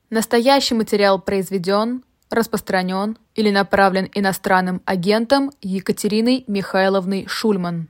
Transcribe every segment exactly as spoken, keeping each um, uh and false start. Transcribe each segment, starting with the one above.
Настоящий материал произведен, распространен или направлен иностранным агентом Екатериной Михайловной Шульман.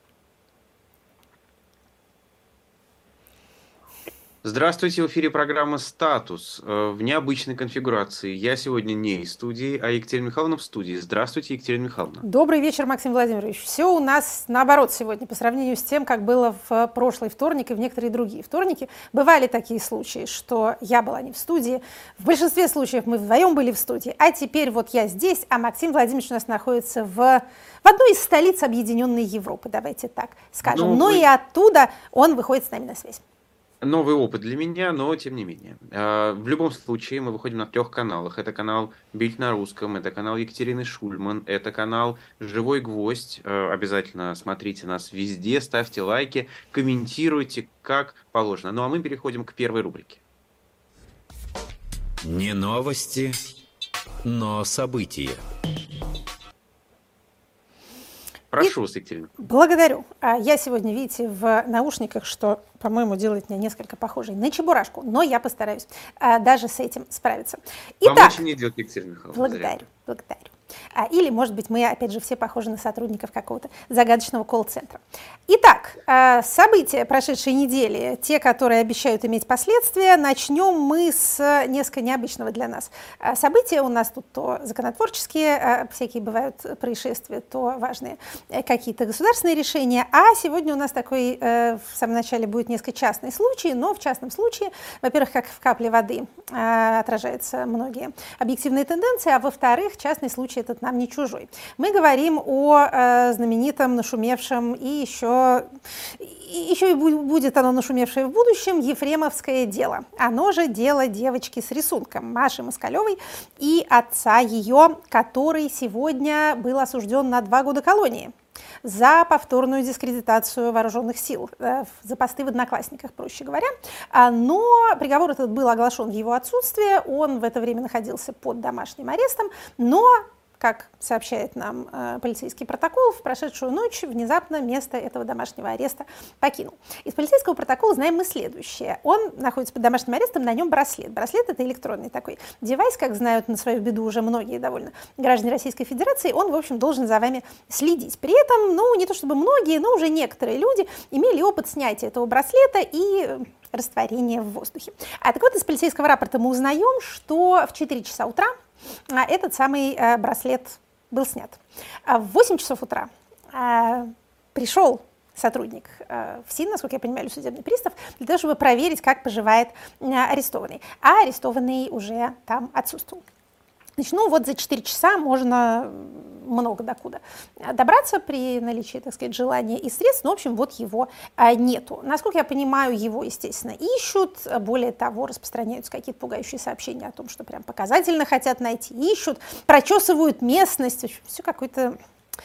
Здравствуйте, в эфире программа «Статус» в необычной конфигурации. Я сегодня не из студии, а Екатерина Михайловна в студии. Здравствуйте, Екатерина Михайловна. Добрый вечер, Максим Владимирович. Все у нас наоборот сегодня по сравнению с тем, как было в прошлый вторник и в некоторые другие вторники. Бывали такие случаи, что я была не в студии. В большинстве случаев мы вдвоем были в студии. А теперь вот я здесь, а Максим Владимирович у нас находится в... в одной из столиц Объединенной Европы, давайте так скажем. Ну, Но вы... и оттуда он выходит с нами на связь. Новый опыт для меня, но тем не менее. В любом случае мы выходим на трех каналах. Это канал «Бить на русском», это канал Екатерины Шульман, это канал «Живой гвоздь». Обязательно смотрите нас везде, ставьте лайки, комментируйте, как положено. Ну а мы переходим к первой рубрике. Не новости, но события. Прошу вас, Екатерина. Благодарю. Я сегодня, видите, в наушниках, что, по-моему, делает меня несколько похожей на чебурашку, но я постараюсь даже с этим справиться. Итак, вам очень идет, Екатерина Михайловна. Благодарю, благодарю. Или, может быть, мы, опять же, все похожи на сотрудников какого-то загадочного колл-центра. Итак, события прошедшей недели, те, которые обещают иметь последствия, начнем мы с несколько необычного для нас. События у нас тут то законотворческие, всякие бывают происшествия, то важные какие-то государственные решения, а сегодня у нас такой, в самом начале будет несколько частный случай, но в частном случае, во-первых, как в капле воды отражаются многие объективные тенденции, а во-вторых, частный случай этот нам не чужой. Мы говорим о э, знаменитом, нашумевшем и еще, еще и будет оно нашумевшее в будущем Ефремовское дело. Оно же дело девочки с рисунком Маши Москалевой и отца ее, который сегодня был осужден на два года колонии за повторную дискредитацию вооруженных сил, э, за посты в Одноклассниках, проще говоря. А, но приговор этот был оглашен в его отсутствие, он в это время находился под домашним арестом, но, как сообщает нам э, полицейский протокол, в прошедшую ночь внезапно место этого домашнего ареста покинул. Из полицейского протокола знаем мы следующее. Он находится под домашним арестом, на нем браслет. Браслет — это электронный такой девайс, как знают на свою беду уже многие довольно граждане Российской Федерации. Он, в общем, должен за вами следить. При этом, ну, не то чтобы многие, но уже некоторые люди имели опыт снятия этого браслета и растворения в воздухе. А так вот, из полицейского рапорта мы узнаем, что в четыре часа утра этот самый э, браслет был снят. А в восемь часов утра э, пришел сотрудник э, в СИН, насколько я понимаю, или судебный пристав, для того, чтобы проверить, как поживает э, арестованный. А арестованный уже там отсутствовал. Значит, ну вот за четыре часа можно много докуда добраться при наличии, так сказать, желания и средств, но, в общем, вот его а, нету. Насколько я понимаю, его, естественно, ищут, более того, распространяются какие-то пугающие сообщения о том, что прям показательно хотят найти, ищут, прочесывают местность, в общем, все какое-то...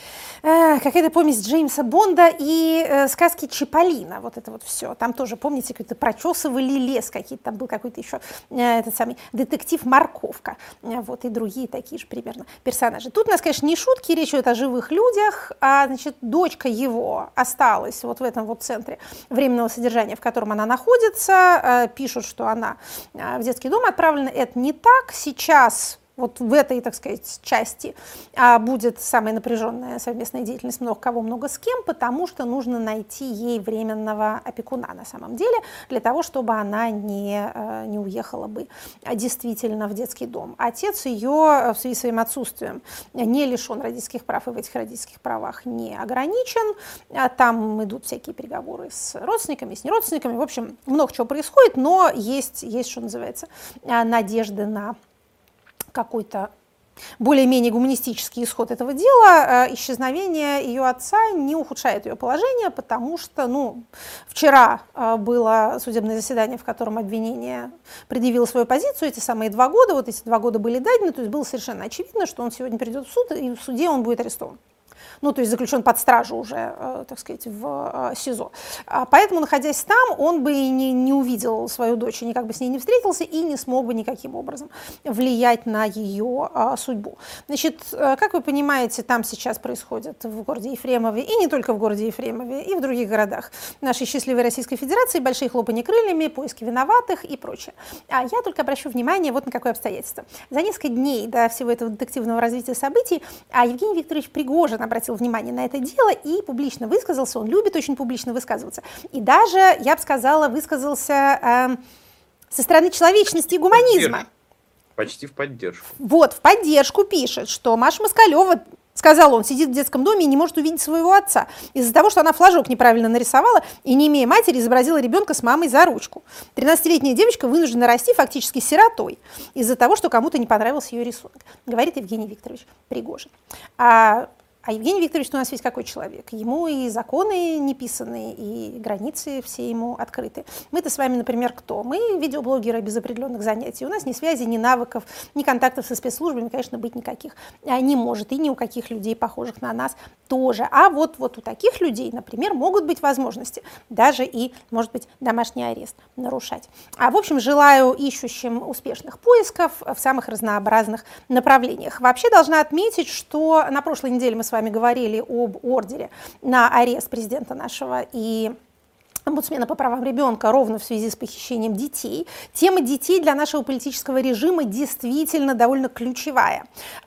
Э, какая-то помесь Джеймса Бонда и э, сказки Чиполлино, вот это вот все. Там тоже, помните, какой-то прочесывали лес, какие-то там был какой-то еще э, этот самый детектив Морковка, э, вот, и другие такие же примерно персонажи. Тут у нас, конечно, не шутки, речь идет о живых людях, а, значит, дочка его осталась вот в этом вот центре временного содержания, в котором она находится, э, пишут, что она э, в детский дом отправлена, это не так, сейчас... Вот в этой, так сказать, части а, будет самая напряженная совместная деятельность, много кого, много с кем, потому что нужно найти ей временного опекуна на самом деле, для того, чтобы она не, а, не уехала бы действительно в детский дом. Отец ее в связи с своим отсутствием не лишен родительских прав и в этих родительских правах не ограничен. А там идут всякие переговоры с родственниками, с неродственниками. В общем, много чего происходит, но есть, есть что называется, надежды на какой-то более-менее гуманистический исход этого дела. Исчезновение ее отца не ухудшает ее положение, потому что, ну, вчера было судебное заседание, в котором обвинение предъявило свою позицию, эти самые два года, вот эти два года были дадены, то есть было совершенно очевидно, что он сегодня придет в суд, и в суде он будет арестован. ну, то есть заключен под стражу уже, э, так сказать, в э, СИЗО. А поэтому, находясь там, он бы и не, не увидел свою дочь, и никак бы с ней не встретился, и не смог бы никаким образом влиять на ее э, судьбу. Значит, э, как вы понимаете, там сейчас происходит в городе Ефремове, и не только в городе Ефремове, и в других городах нашей счастливой Российской Федерации, большие хлопанье крыльями, поиски виноватых и прочее. А я только обращу внимание вот на какое обстоятельство. За несколько дней до всего этого детективного развития событий а Евгений Викторович Пригожин обратил внимание на это дело и публично высказался, он любит очень публично высказываться, и даже, я бы сказала, высказался э, со стороны человечности и гуманизма. Почти в поддержку. Вот, в поддержку пишет, что Маша Москалева, сказал он, сидит в детском доме и не может увидеть своего отца из-за того, что она флажок неправильно нарисовала и, не имея матери, изобразила ребенка с мамой за ручку. тринадцатилетняя девочка вынуждена расти фактически сиротой из-за того, что кому-то не понравился ее рисунок, говорит Евгений Викторович Пригожин. А А Евгений Викторович у нас весь какой человек. Ему и законы не писаны, и границы все ему открыты. Мы-то с вами, например, кто? Мы видеоблогеры без определенных занятий. У нас ни связи, ни навыков, ни контактов со спецслужбами, конечно, быть никаких не может. И ни у каких людей, похожих на нас, тоже. А вот, вот у таких людей, например, могут быть возможности даже и, может быть, домашний арест нарушать. А в общем, желаю ищущим успешных поисков в самых разнообразных направлениях. Вообще должна отметить, что на прошлой неделе мы с вами говорили об ордере на арест президента нашего и омбудсмена по правам ребенка ровно в связи с похищением детей. Тема детей для нашего политического режима действительно довольно ключевая.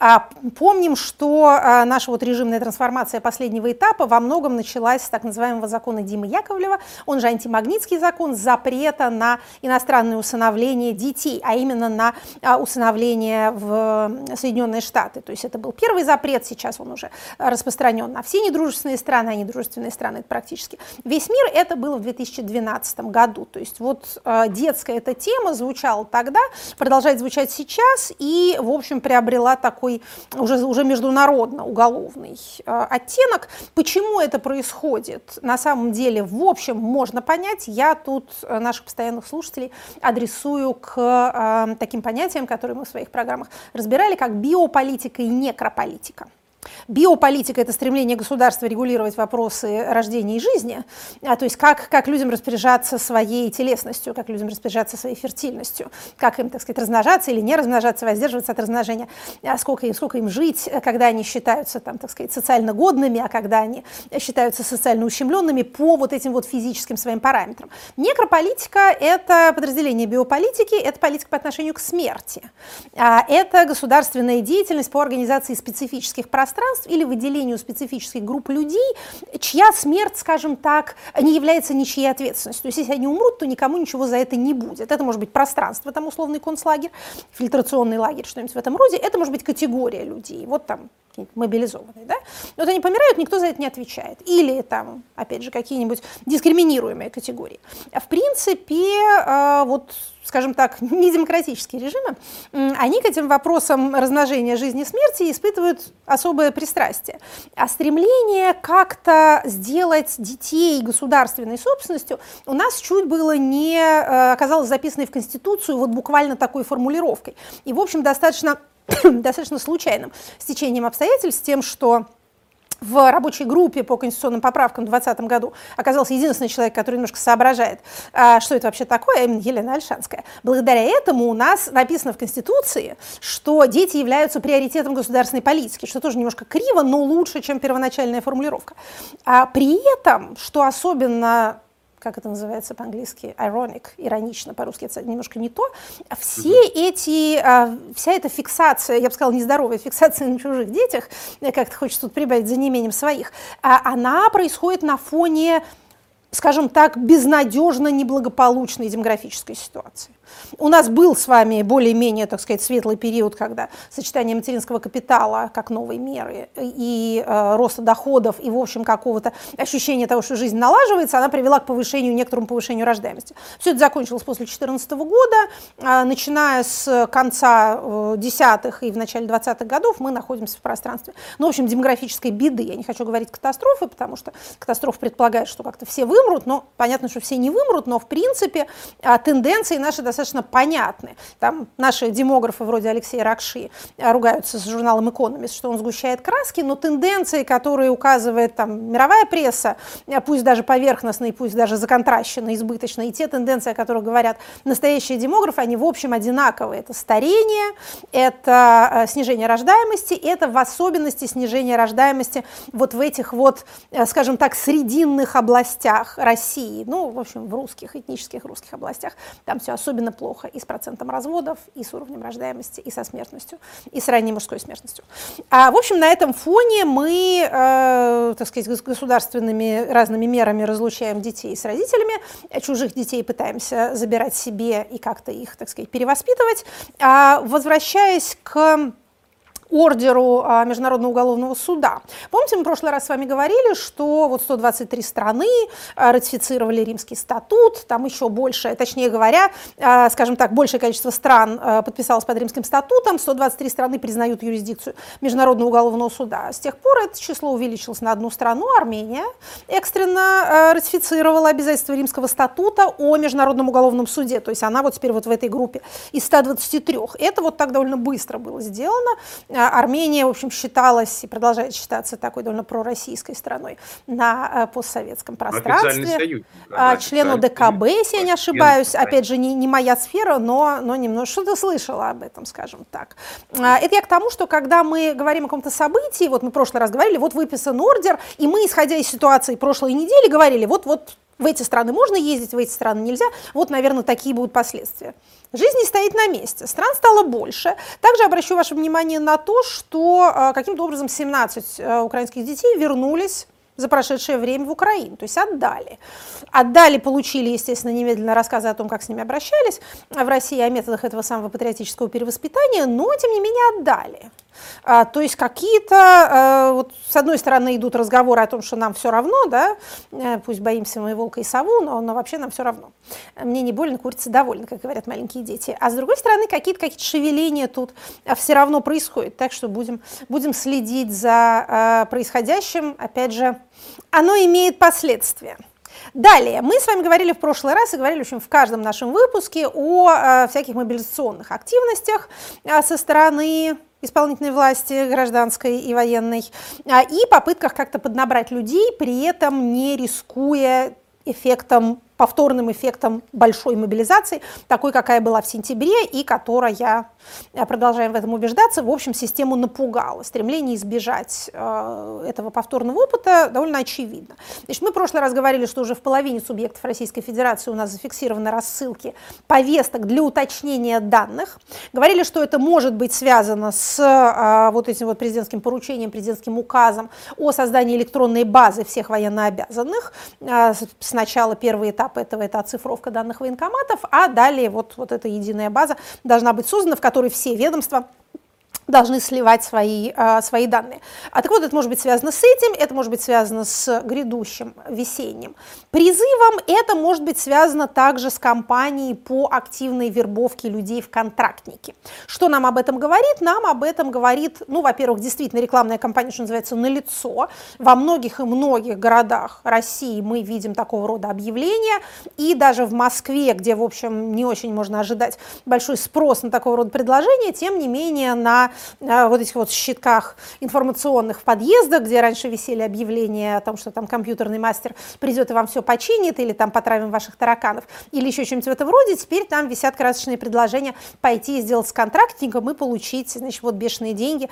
Помним, что наша вот режимная трансформация последнего этапа во многом началась с так называемого закона Димы Яковлева, он же антимагнитский закон, запрета на иностранное усыновление детей, а именно на усыновление в Соединенные Штаты. То есть это был первый запрет, сейчас он уже распространен на все недружественные страны, а недружественные страны это практически весь мир. Это было в две тысячи двенадцатом году. То есть вот э, детская эта тема звучала тогда, продолжает звучать сейчас и, в общем, приобрела такой уже, уже международно-уголовный э, оттенок. Почему это происходит? На самом деле, в общем, можно понять. Я тут э, наших постоянных слушателей адресую к э, таким понятиям, которые мы в своих программах разбирали, как биополитика и некрополитика. Биополитика – это стремление государства регулировать вопросы рождения и жизни, а, то есть как, как людям распоряжаться своей телесностью, как людям распоряжаться своей фертильностью, как им, так сказать, размножаться или не размножаться, воздерживаться от размножения, а сколько, им, сколько им жить, когда они считаются, там, так сказать, социально годными, а когда они считаются социально ущемленными по вот этим вот физическим своим параметрам. Некрополитика – это подразделение биополитики, это политика по отношению к смерти, а, это государственная деятельность по организации специфических пространств или выделению специфических групп людей, чья смерть, скажем так, не является ничьей ответственностью. То есть если они умрут, то никому ничего за это не будет. Это может быть пространство, там условный концлагерь, фильтрационный лагерь, что-нибудь в этом роде. Это может быть категория людей, вот там мобилизованные. Да? Вот они помирают, никто за это не отвечает. Или там, опять же, какие-нибудь дискриминируемые категории. В принципе, вот, скажем так, недемократические режимы, они к этим вопросам размножения жизни и смерти испытывают особое пристрастие. А стремление как-то сделать детей государственной собственностью у нас чуть было не оказалось записано в Конституцию вот буквально такой формулировкой. И, в общем, достаточно, достаточно случайным стечением обстоятельств, тем, что в рабочей группе по конституционным поправкам в двадцатом году оказался единственный человек, который немножко соображает, что это вообще такое, а именно Елена Ольшанская. Благодаря этому у нас написано в Конституции, что дети являются приоритетом государственной политики, что тоже немножко криво, но лучше, чем первоначальная формулировка. А при этом, что особенно, как это называется по-английски, ironic, иронично, по-русски это немножко не то, все эти, вся эта фиксация, я бы сказала, нездоровая фиксация на чужих детях, как-то хочется тут прибавить за неимением своих, она происходит на фоне, скажем так, безнадежно неблагополучной демографической ситуации. У нас был с вами более-менее, так сказать, светлый период, когда сочетание материнского капитала как новой меры и э, роста доходов и, в общем, какого-то ощущения того, что жизнь налаживается, она привела к повышению, некоторому повышению рождаемости. Все это закончилось после две тысячи четырнадцатого года. Э, начиная с конца э, десятых и в начале двадцатых годов мы находимся в пространстве, ну, в общем, демографической беды. Я не хочу говорить катастрофы, потому что катастрофа предполагает, что как-то все вымрут, но понятно, что все не вымрут, но, в принципе, э, тенденции наши достаточно достаточно понятны. Там наши демографы вроде Алексея Ракши ругаются с журналом «Экономист», что он сгущает краски, но тенденции, которые указывает там мировая пресса, пусть даже поверхностные, пусть даже законтращенные, избыточные, и те тенденции, о которых говорят настоящие демографы, они в общем одинаковые. Это старение, это снижение рождаемости, это в особенности снижение рождаемости вот в этих вот, скажем так, срединных областях России, ну, в общем, в русских, этнических русских областях, там все особенно плохо и с процентом разводов, и с уровнем рождаемости, и со смертностью, и с ранней мужской смертностью. А, в общем, на этом фоне мы, э, так сказать, государственными разными мерами разлучаем детей с родителями, чужих детей пытаемся забирать себе и как-то их, так сказать, перевоспитывать. А, возвращаясь к ордеру а, Международного уголовного суда. Помните, мы в прошлый раз с вами говорили, что вот сто двадцать три страны а, ратифицировали Римский статут, там еще больше, точнее говоря, а, скажем так, большее количество стран а, подписалось под Римским статутом, сто двадцать три страны признают юрисдикцию Международного уголовного суда. С тех пор это число увеличилось на одну страну, Армения экстренно а, ратифицировала обязательства Римского статута о Международном уголовном суде, то есть она вот теперь вот в этой группе из ста двадцати трёх. Это вот так довольно быстро было сделано. Армения, в общем, считалась и продолжает считаться такой довольно пророссийской страной на постсоветском пространстве. Да, члену ДКБ, если я не ошибаюсь, опять же, не, не моя сфера, но, но немного что-то слышала об этом, скажем так. Это я к тому, что когда мы говорим о каком-то событии, вот мы в прошлый раз говорили, вот выписан ордер, и мы, исходя из ситуации прошлой недели, говорили, вот-вот в эти страны можно ездить, в эти страны нельзя, вот, наверное, такие будут последствия. Жизнь не стоит на месте, стран стало больше. Также обращу ваше внимание на то, что э, каким-то образом семнадцать э, украинских детей вернулись за прошедшее время в Украину, то есть отдали. Отдали, получили, естественно, немедленно рассказы о том, как с ними обращались в России, о методах этого самого патриотического перевоспитания, но, тем не менее, отдали. А, то есть какие-то, а, вот, с одной стороны, идут разговоры о том, что нам все равно, да, пусть боимся мы волка и сову, но, но вообще нам все равно. Мне не больно, курица довольна, как говорят маленькие дети. А с другой стороны, какие-то какие-то шевеления тут все равно происходят, так что будем, будем следить за а, происходящим. Опять же, оно имеет последствия. Далее, мы с вами говорили в прошлый раз и говорили, в общем, в каждом нашем выпуске о э, всяких мобилизационных активностях э, со стороны исполнительной власти, гражданской и военной, э, и попытках как-то поднабрать людей, при этом не рискуя эффектом, повторным эффектом большой мобилизации, такой, какая была в сентябре и которая, продолжаем в этом убеждаться, в общем, систему напугала. Стремление избежать э, этого повторного опыта довольно очевидно. Значит, мы в прошлый раз говорили, что уже в половине субъектов Российской Федерации у нас зафиксированы рассылки повесток для уточнения данных. Говорили, что это может быть связано с э, вот этим вот президентским поручением, президентским указом о создании электронной базы всех военнообязанных. Э, сначала первый этап этого — это оцифровка данных военкоматов, а далее вот, вот эта единая база должна быть создана, в которой все ведомства должны сливать свои, а, свои данные. А так вот, это может быть связано с этим, это может быть связано с грядущим весенним призывом, это может быть связано также с кампанией по активной вербовке людей в контрактники. Что нам об этом говорит? Нам об этом говорит, ну, во-первых, действительно рекламная кампания, что называется, налицо. Во многих и многих городах России мы видим такого рода объявления, и даже в Москве, где, в общем, не очень можно ожидать большой спрос на такого рода предложения, тем не менее на вот этих вот щитках информационных в подъездах, где раньше висели объявления о том, что там компьютерный мастер придет и вам все починит, или там потравим ваших тараканов, или еще что-нибудь в этом роде, теперь там висят красочные предложения пойти и сделать с контрактником и получить, значит, вот бешеные деньги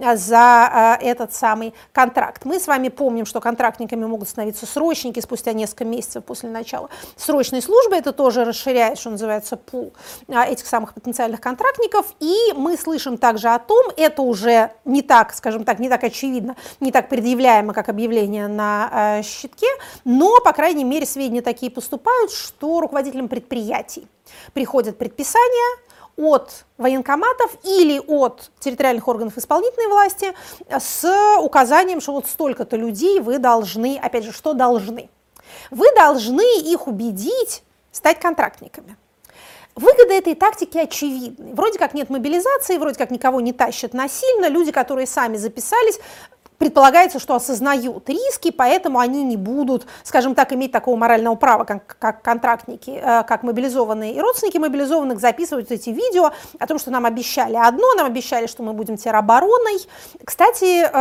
за этот самый контракт. Мы с вами помним, что контрактниками могут становиться срочники спустя несколько месяцев после начала срочной службы, это тоже расширяет, что называется, пул этих самых потенциальных контрактников, и мы слышим также о том, это уже не так, скажем так, не так очевидно, не так предъявляемо, как объявление на э, щитке, но, по крайней мере, сведения такие поступают, что руководителям предприятий приходят предписания от военкоматов или от территориальных органов исполнительной власти с указанием, что вот столько-то людей вы должны, опять же, что должны? Вы должны их убедить стать контрактниками. Выгода этой тактики очевидны. Вроде как нет мобилизации, вроде как никого не тащат насильно, люди, которые сами записались, предполагается, что осознают риски, поэтому они не будут, скажем так, иметь такого морального права, как, как контрактники, как мобилизованные и родственники мобилизованных, записывать эти видео о том, что нам обещали одно, нам обещали, что мы будем теробороной. Кстати,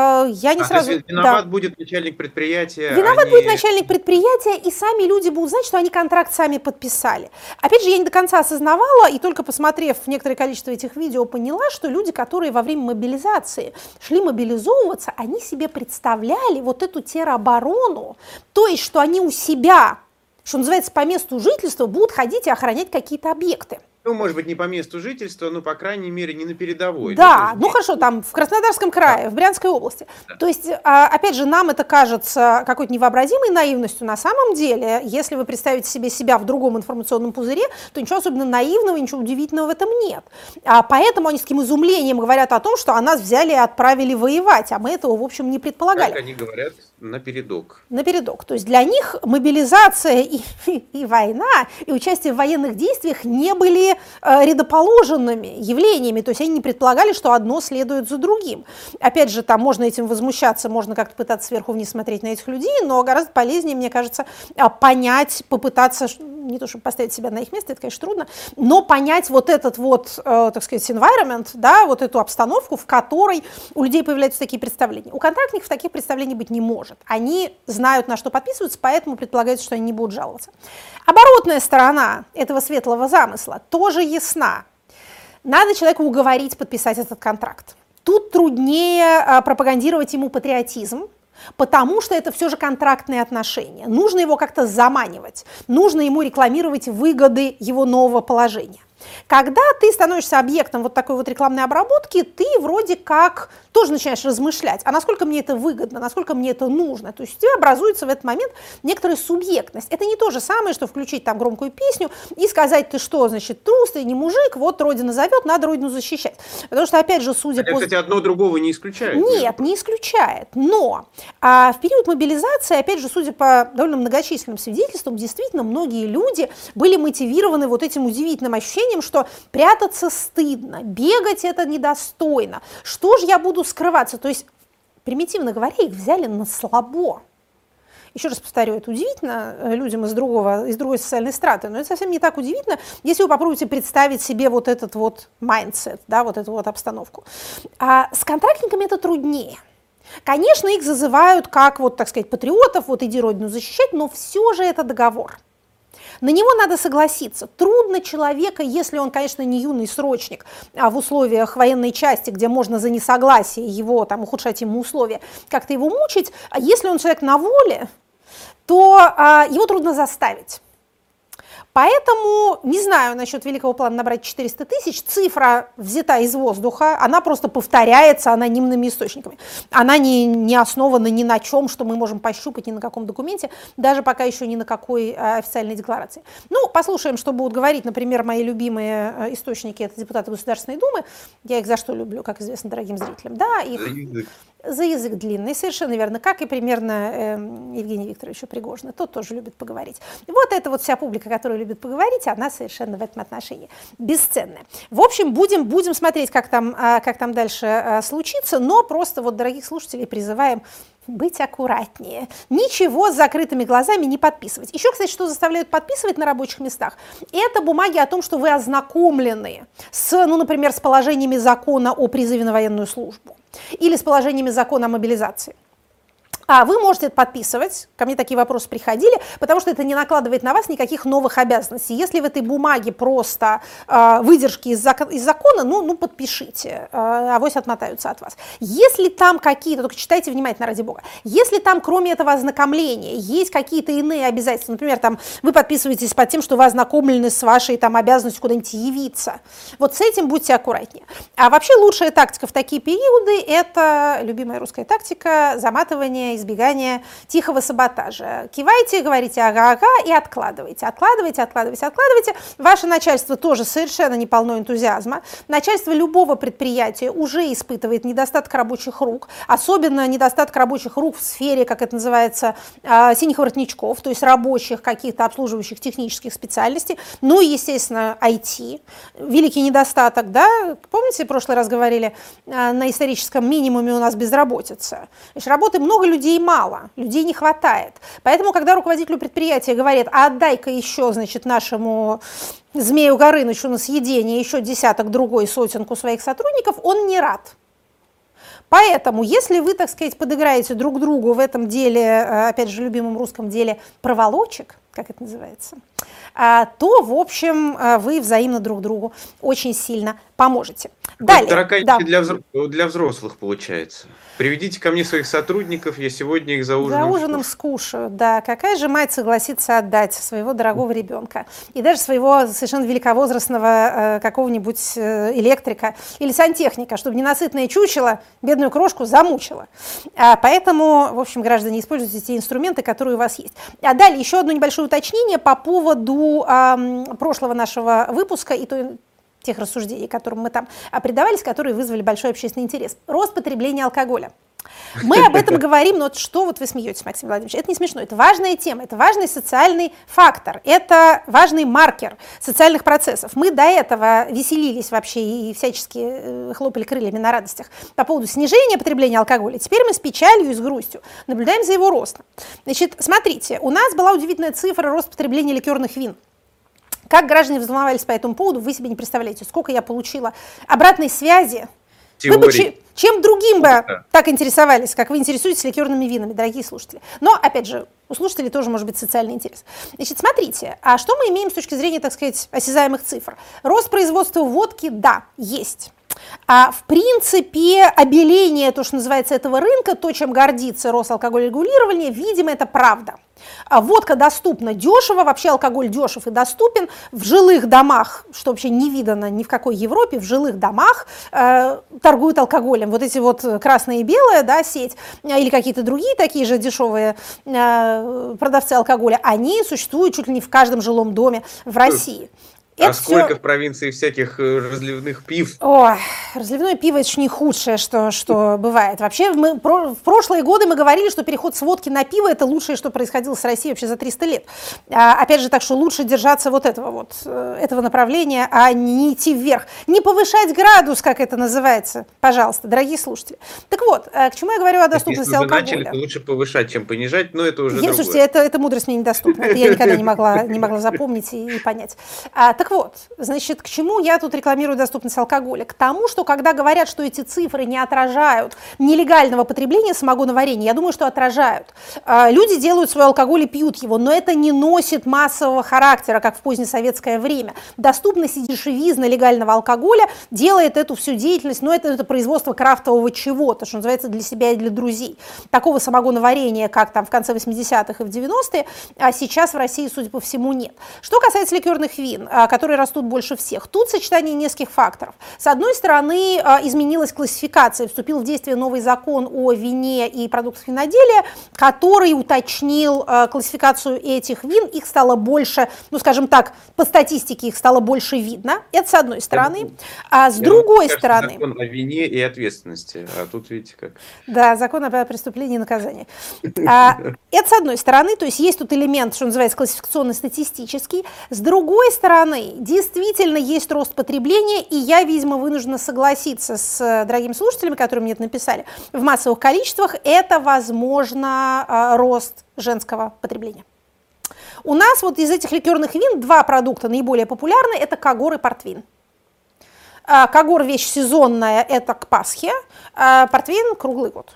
я не а, сразу... То есть виноват да. будет начальник предприятия? Виноват они... будет начальник предприятия, и сами люди будут знать, что они контракт сами подписали. Опять же, я не до конца осознавала, и только посмотрев некоторое количество этих видео, поняла, что люди, которые во время мобилизации шли мобилизовываться, они себе представляли вот эту тероборону, то есть, что они у себя, что называется, по месту жительства будут ходить и охранять какие-то объекты. Ну, может быть, не по месту жительства, но, по крайней мере, не на передовой. Да, ну хорошо, там в Краснодарском крае, да. в Брянской области. Да. То есть, опять же, нам это кажется какой-то невообразимой наивностью. На самом деле, если вы представите себе себя в другом информационном пузыре, то ничего особенно наивного, ничего удивительного в этом нет. А поэтому они с таким изумлением говорят о том, что а нас взяли и отправили воевать, а мы этого, в общем, не предполагали. Как они говорят? Напередок. Напередок. То есть для них мобилизация и, и, и война, и участие в военных действиях не были э, рядоположенными явлениями, то есть они не предполагали, что одно следует за другим. Опять же, там можно этим возмущаться, можно как-то пытаться сверху вниз смотреть на этих людей, но гораздо полезнее, мне кажется, понять, попытаться, не то чтобы поставить себя на их место, это, конечно, трудно, но понять вот этот вот, э, так сказать, environment, да, вот эту обстановку, в которой у людей появляются такие представления. У контрактников таких представлений быть не может. Они знают, на что подписываются, поэтому предполагается, что они не будут жаловаться. Оборотная сторона этого светлого замысла тоже ясна. Надо человека уговорить подписать этот контракт. Тут труднее а, пропагандировать ему патриотизм, потому что это все же контрактные отношения. Нужно его как-то заманивать, нужно ему рекламировать выгоды его нового положения. Когда ты становишься объектом вот такой вот рекламной обработки, ты вроде как тоже начинаешь размышлять, а насколько мне это выгодно, насколько мне это нужно. То есть у тебя образуется в этот момент некоторая субъектность. Это не то же самое, что включить там громкую песню и сказать, ты что, значит, трус, ты не мужик, вот Родина зовет, надо Родину защищать. Потому что, опять же, судя Хотя, по... кстати, одно другого не исключает. Нет, не исключает. Но а в период мобилизации, опять же, судя по довольно многочисленным свидетельствам, действительно, многие люди были мотивированы вот этим удивительным ощущением, что прятаться стыдно, бегать это недостойно, что же я буду скрываться, то есть, примитивно говоря, их взяли на слабо. Еще раз повторю, это удивительно людям из, другого, из другой социальной страты, но это совсем не так удивительно, если вы попробуете представить себе вот этот вот майндсет, да, вот эту вот обстановку. А с контрактниками это труднее. Конечно, их зазывают как, вот, так сказать, патриотов, вот иди Родину защищать, но все же это договор. На него надо согласиться. Трудно человека, если он, конечно, не юный срочник, а в условиях военной части, где можно за несогласие его, там, ухудшать ему условия, как-то его мучить, а если он человек на воле, то а, его трудно заставить. Поэтому не знаю насчет великого плана набрать четыреста тысяч, цифра взята из воздуха, она просто повторяется анонимными источниками. Она не, не основана ни на чем, что мы можем пощупать, ни на каком документе, даже пока еще ни на какой а, официальной декларации. Ну, послушаем, что будут говорить, например, мои любимые а, источники, это депутаты Государственной Думы. Я их за что люблю, как известно дорогим зрителям. Да, их... За язык длинный, совершенно верно, как и примерно э, Евгения Викторовича Пригожина, тот тоже любит поговорить. Вот эта вот вся публика, которая любит поговорить, она совершенно в этом отношении бесценная. В общем, будем, будем смотреть, как там, э, как там дальше э, случится, но просто вот дорогих слушателей призываем быть аккуратнее. Ничего с закрытыми глазами не подписывать. Еще, кстати, что заставляют подписывать на рабочих местах, это бумаги о том, что вы ознакомлены с, ну, например, с положениями закона о призыве на военную службу или с положениями закона о мобилизации. А вы можете это подписывать, ко мне такие вопросы приходили, потому что это не накладывает на вас никаких новых обязанностей. Если в этой бумаге просто э, выдержки из, закон, из закона, ну, ну подпишите, э, авось отмотаются от вас. Если там какие-то, только читайте внимательно, ради бога, если там кроме этого ознакомления есть какие-то иные обязательства, например, там вы подписываетесь под тем, что вы ознакомлены с вашей там обязанностью куда-нибудь явиться, вот с этим будьте аккуратнее. А вообще лучшая тактика в такие периоды – это любимая русская тактика заматывание избегания, избегания тихого саботажа. Кивайте, говорите ага-ага и откладывайте, откладывайте, откладывайте, откладывайте. Ваше начальство тоже совершенно не полно энтузиазма. Начальство любого предприятия уже испытывает недостаток рабочих рук, особенно недостаток рабочих рук в сфере, как это называется, синих воротничков, то есть рабочих каких-то обслуживающих технических специальностей, ну и, естественно, ай ти. Великий недостаток, да, помните, в прошлый раз говорили, на историческом минимуме у нас безработица. Значит, работы много, людей мало, людей не хватает. Поэтому, когда руководителю предприятия говорят, а отдай-ка еще, значит, нашему Змею Горынычу на съедение еще десяток другой, сотенку своих сотрудников, он не рад. Поэтому, если вы, так сказать, подыграете друг другу в этом деле, опять же, любимом русском деле проволочек, как это называется, то, в общем, вы взаимно друг другу очень сильно поможете. Далее. Тараканчики Да. для, взро... для взрослых, получается. Приведите ко мне своих сотрудников, я сегодня их за ужином За ужином скушаю. скушаю, да. Какая же мать согласится отдать своего дорогого ребенка? И даже своего совершенно великовозрастного э, какого-нибудь э, электрика или сантехника, чтобы ненасытное чучело бедную крошку замучило. А, поэтому, в общем, граждане, используйте те инструменты, которые у вас есть. А далее еще одно небольшое уточнение по поводу э, прошлого нашего выпуска и той, тех рассуждений, которым мы там предавались, которые вызвали большой общественный интерес. Рост потребления алкоголя. Мы об этом говорим, но что вот вы смеетесь, Максим Владимирович, это не смешно, это важная тема, это важный социальный фактор, это важный маркер социальных процессов. Мы до этого веселились вообще и всячески хлопали крыльями на радостях по поводу снижения потребления алкоголя. Теперь мы с печалью и с грустью наблюдаем за его ростом. Значит, смотрите, у нас была удивительная цифра роста потребления ликерных вин. Как граждане взволновались по этому поводу, вы себе не представляете, сколько я получила обратной связи. Вы бы че, чем другим бы да. так интересовались, как вы интересуетесь ликерными винами, дорогие слушатели. Но, опять же, у слушателей тоже может быть социальный интерес. Значит, смотрите, а что мы имеем с точки зрения, так сказать, осязаемых цифр? Рост производства водки, да, есть. А в принципе, обеление, то, что называется, этого рынка, то, чем гордится Росалкогольрегулирование, видимо, это правда. А водка доступна дешево, вообще алкоголь дешев и доступен. В жилых домах, что вообще не видано ни в какой Европе, в жилых домах э, торгуют алкоголем. Вот эти вот красные и белые, да, сеть, или какие-то другие такие же дешевые э, продавцы алкоголя, они существуют чуть ли не в каждом жилом доме в России. А это сколько все... в провинции всяких разливных пив? Ой, разливное пиво – это ж не худшее, что, что бывает. Вообще, мы, про, в прошлые годы мы говорили, что переход с водки на пиво – это лучшее, что происходило с Россией вообще за триста лет. А, опять же, так что лучше держаться вот этого вот, этого направления, а не идти вверх. Не повышать градус, как это называется, пожалуйста, дорогие слушатели. Так вот, к чему я говорю о доступности Если вы алкоголя? начали, то лучше повышать, чем понижать, но это уже я, другое. Слушайте, это, эта мудрость мне недоступна, это я никогда не могла, не могла запомнить и, и понять. А, так вот, значит, к чему я тут рекламирую доступность алкоголя? К тому, что когда говорят, что эти цифры не отражают нелегального потребления самогоноварения, я думаю, что отражают. А, люди делают свой алкоголь и пьют его, но это не носит массового характера, как в позднесоветское время. Доступность и дешевизна легального алкоголя делает эту всю деятельность, но это, это производство крафтового чего-то, что называется, для себя и для друзей. Такого самогоноварения, как там в конце восьмидесятых и в девяностые, а сейчас в России, судя по всему, нет. Что касается ликерных вин, которые растут больше всех, тут сочетание нескольких факторов. С одной стороны, изменилась классификация, вступил в действие новый закон о вине и продуктах виноделия, который уточнил классификацию этих вин, их стало больше, ну скажем так, по статистике их стало больше видно, это с одной стороны. А с Я другой думаю, стороны... Закон о вине и ответственности, а тут видите как. Да, закон о преступлении и наказании. А, это с одной стороны, то есть есть тут элемент, что называется, классификационно-статистический. С другой стороны, действительно есть рост потребления, и я, видимо, вынуждена согласиться с дорогими слушателями, которые мне это написали, в массовых количествах это, возможно, рост женского потребления. У нас вот из этих ликерных вин два продукта наиболее популярны, это Кагор и портвейн. Кагор вещь сезонная, это к Пасхе, а портвейн круглый год.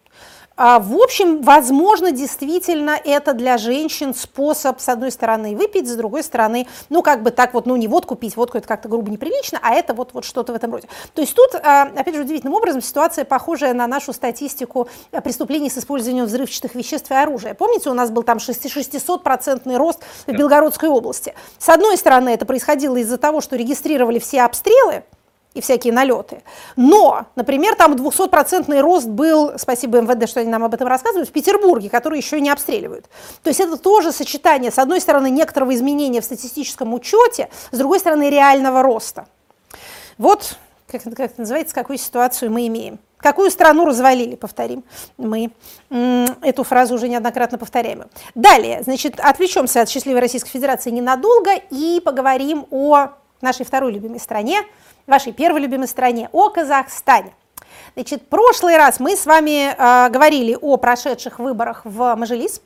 В общем, возможно, действительно это для женщин способ, с одной стороны, выпить, с другой стороны, ну, как бы так вот, ну, не водку пить, водку это как-то грубо неприлично, а это вот, вот что-то в этом роде. То есть тут, опять же, удивительным образом ситуация похожая на нашу статистику преступлений с использованием взрывчатых веществ и оружия. Помните, у нас был там шестисотпроцентный рост в Белгородской области. С одной стороны, это происходило из-за того, что регистрировали все обстрелы, и всякие налеты. Но, например, там двухсотпроцентный рост был, спасибо эм вэ дэ, что они нам об этом рассказывают, в Петербурге, который еще не обстреливают. То есть это тоже сочетание, с одной стороны, некоторого изменения в статистическом учете, с другой стороны, реального роста. Вот, как, как это называется, какую ситуацию мы имеем. Какую страну развалили, повторим мы эту фразу уже неоднократно повторяем. Далее, значит, отвлечемся от счастливой Российской Федерации ненадолго и поговорим о нашей второй любимой стране, вашей первой любимой стране, о Казахстане. Значит, в прошлый раз мы с вами э, говорили о прошедших выборах в Мажилис,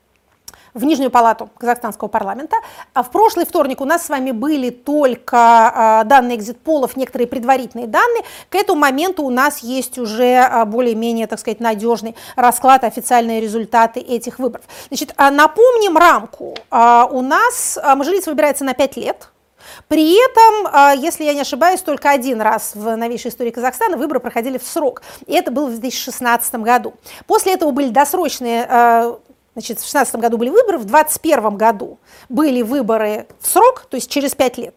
в Нижнюю палату казахстанского парламента. А в прошлый вторник у нас с вами были только э, данные экзит-полов, некоторые предварительные данные. К этому моменту у нас есть уже э, более-менее, так сказать, надежный расклад, официальные результаты этих выборов. Значит, э, напомним рамку. Э, у нас э, Мажилис выбирается на пять лет. При этом, если я не ошибаюсь, только один раз в новейшей истории Казахстана выборы проходили в срок. И это было в две тысячи шестнадцатом году. После этого были досрочные, значит, в две тысячи шестнадцатом году были выборы, в две тысячи двадцать первом году были выборы в срок, то есть через пять лет.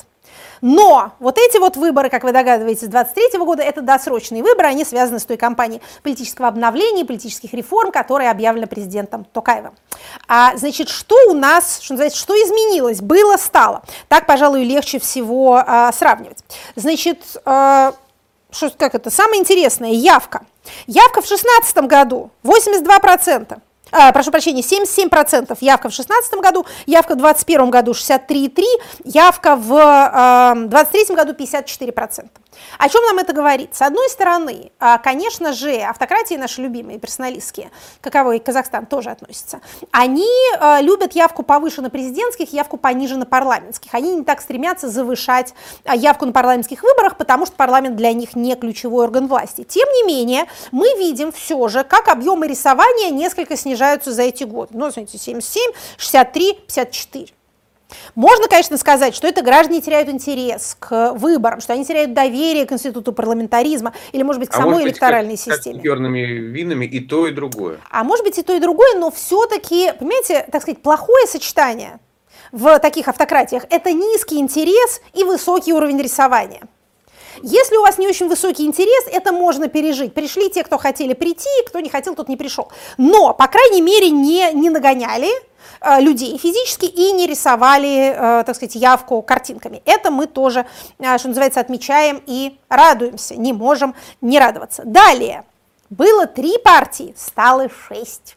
Но вот эти вот выборы, как вы догадываетесь, с двадцать третьего года, это досрочные выборы, они связаны с той кампанией политического обновления, политических реформ, которая объявлена президентом Токаевым. А, значит, что у нас, что называется, что изменилось, было, стало? Так, пожалуй, легче всего а, сравнивать. Значит, а, что, как это, самое интересное, явка. Явка в две тысячи шестнадцатом году восемьдесят два процента. А, прошу прощения, семьдесят семь процентов явка в две тысячи шестнадцатом году, явка в две тысячи двадцать первом году шестьдесят три и три процента, явка в э, две тысячи двадцать третьем году пятьдесят четыре процента. О чем нам это говорит? С одной стороны, конечно же, автократии наши любимые, персоналистские, каковой Казахстан тоже относится, они любят явку повыше на президентских, явку пониже на парламентских. Они не так стремятся завышать явку на парламентских выборах, потому что парламент для них не ключевой орган власти. Тем не менее, мы видим все же, как объемы рисования несколько снижаются за эти годы. Ну, смотрите, семьдесят семь, шестьдесят три, пятьдесят четыре. Можно, конечно, сказать, что это граждане теряют интерес к выборам, что они теряют доверие к институту парламентаризма или, может быть, к самой а электоральной быть, как, системе. Как черными винами и то, и другое. А может быть, и то, и другое, но все-таки, понимаете, так сказать, плохое сочетание в таких автократиях – это низкий интерес и высокий уровень рисования. Если у вас не очень высокий интерес, это можно пережить. Пришли те, кто хотели прийти, кто не хотел, тот не пришел. Но, по крайней мере, не, не нагоняли э, людей физически и не рисовали, э, так сказать, явку картинками. Это мы тоже, э, что называется, отмечаем и радуемся. Не можем не радоваться. Далее. Было три партии, стало шесть.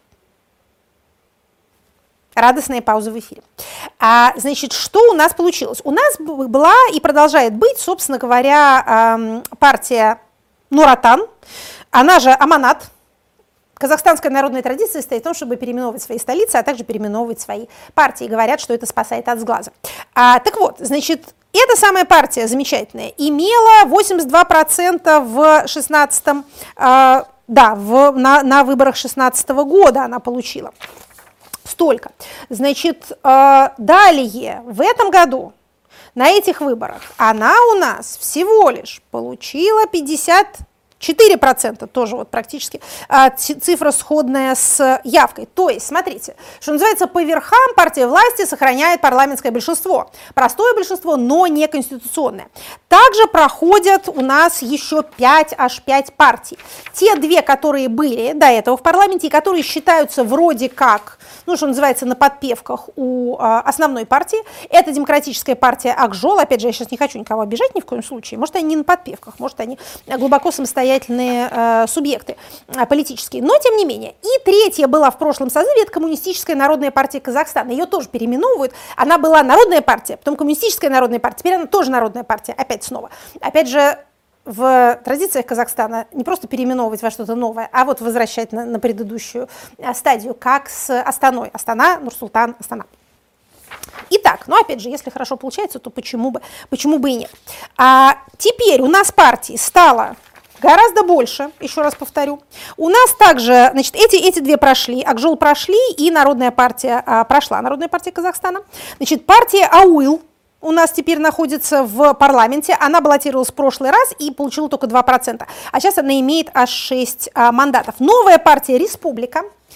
Радостная пауза в эфире. А, значит, что у нас получилось? У нас была и продолжает быть, собственно говоря, партия Нур-Отан, она же Аманат. Казахстанская народная традиция состоит в том, чтобы переименовывать свои столицы, а также переименовывать свои партии. Говорят, что это спасает от сглаза. А, так вот, значит, эта самая партия замечательная имела восемьдесят два процента в шестнадцатом, а, да, в, на, на выборах шестнадцатого года она получила. Столько. Значит, далее, в этом году на этих выборах она у нас всего лишь получила пятьдесят четыре процента, тоже вот практически цифра сходная с явкой. То есть, смотрите, что называется, по верхам партия власти сохраняет парламентское большинство. Простое большинство, но не конституционное. Также проходят у нас еще пять, аж пять партий. Те две, которые были до этого в парламенте, и которые считаются вроде как, ну, что называется, на подпевках у а, основной партии, это демократическая партия Акжол. Опять же, я сейчас не хочу никого обижать ни в коем случае. Может, они не на подпевках, может, они глубоко самостоятельные э, субъекты э, политические. Но, тем не менее. И третья была в прошлом созыве, это Коммунистическая народная партия Казахстана. Ее тоже переименовывают. Она была Народная партия, потом Коммунистическая народная партия, теперь она тоже Народная партия. Опять снова. Опять же, в традициях Казахстана не просто переименовывать во что-то новое, а вот возвращать на, на предыдущую стадию, как с Астаной. Астана, Нур-Султан, Астана. Итак, ну опять же, если хорошо получается, то почему бы, почему бы и нет. А теперь у нас партий стало гораздо больше, еще раз повторю. У нас также, значит, эти, эти две прошли, Акжол прошли, и Народная партия а, прошла, Народная партия Казахстана. Значит, партия Ауил у нас теперь находится в парламенте, она баллотировалась в прошлый раз и получила только два процента, а сейчас она имеет аж шесть а, мандатов. Новая партия Республика,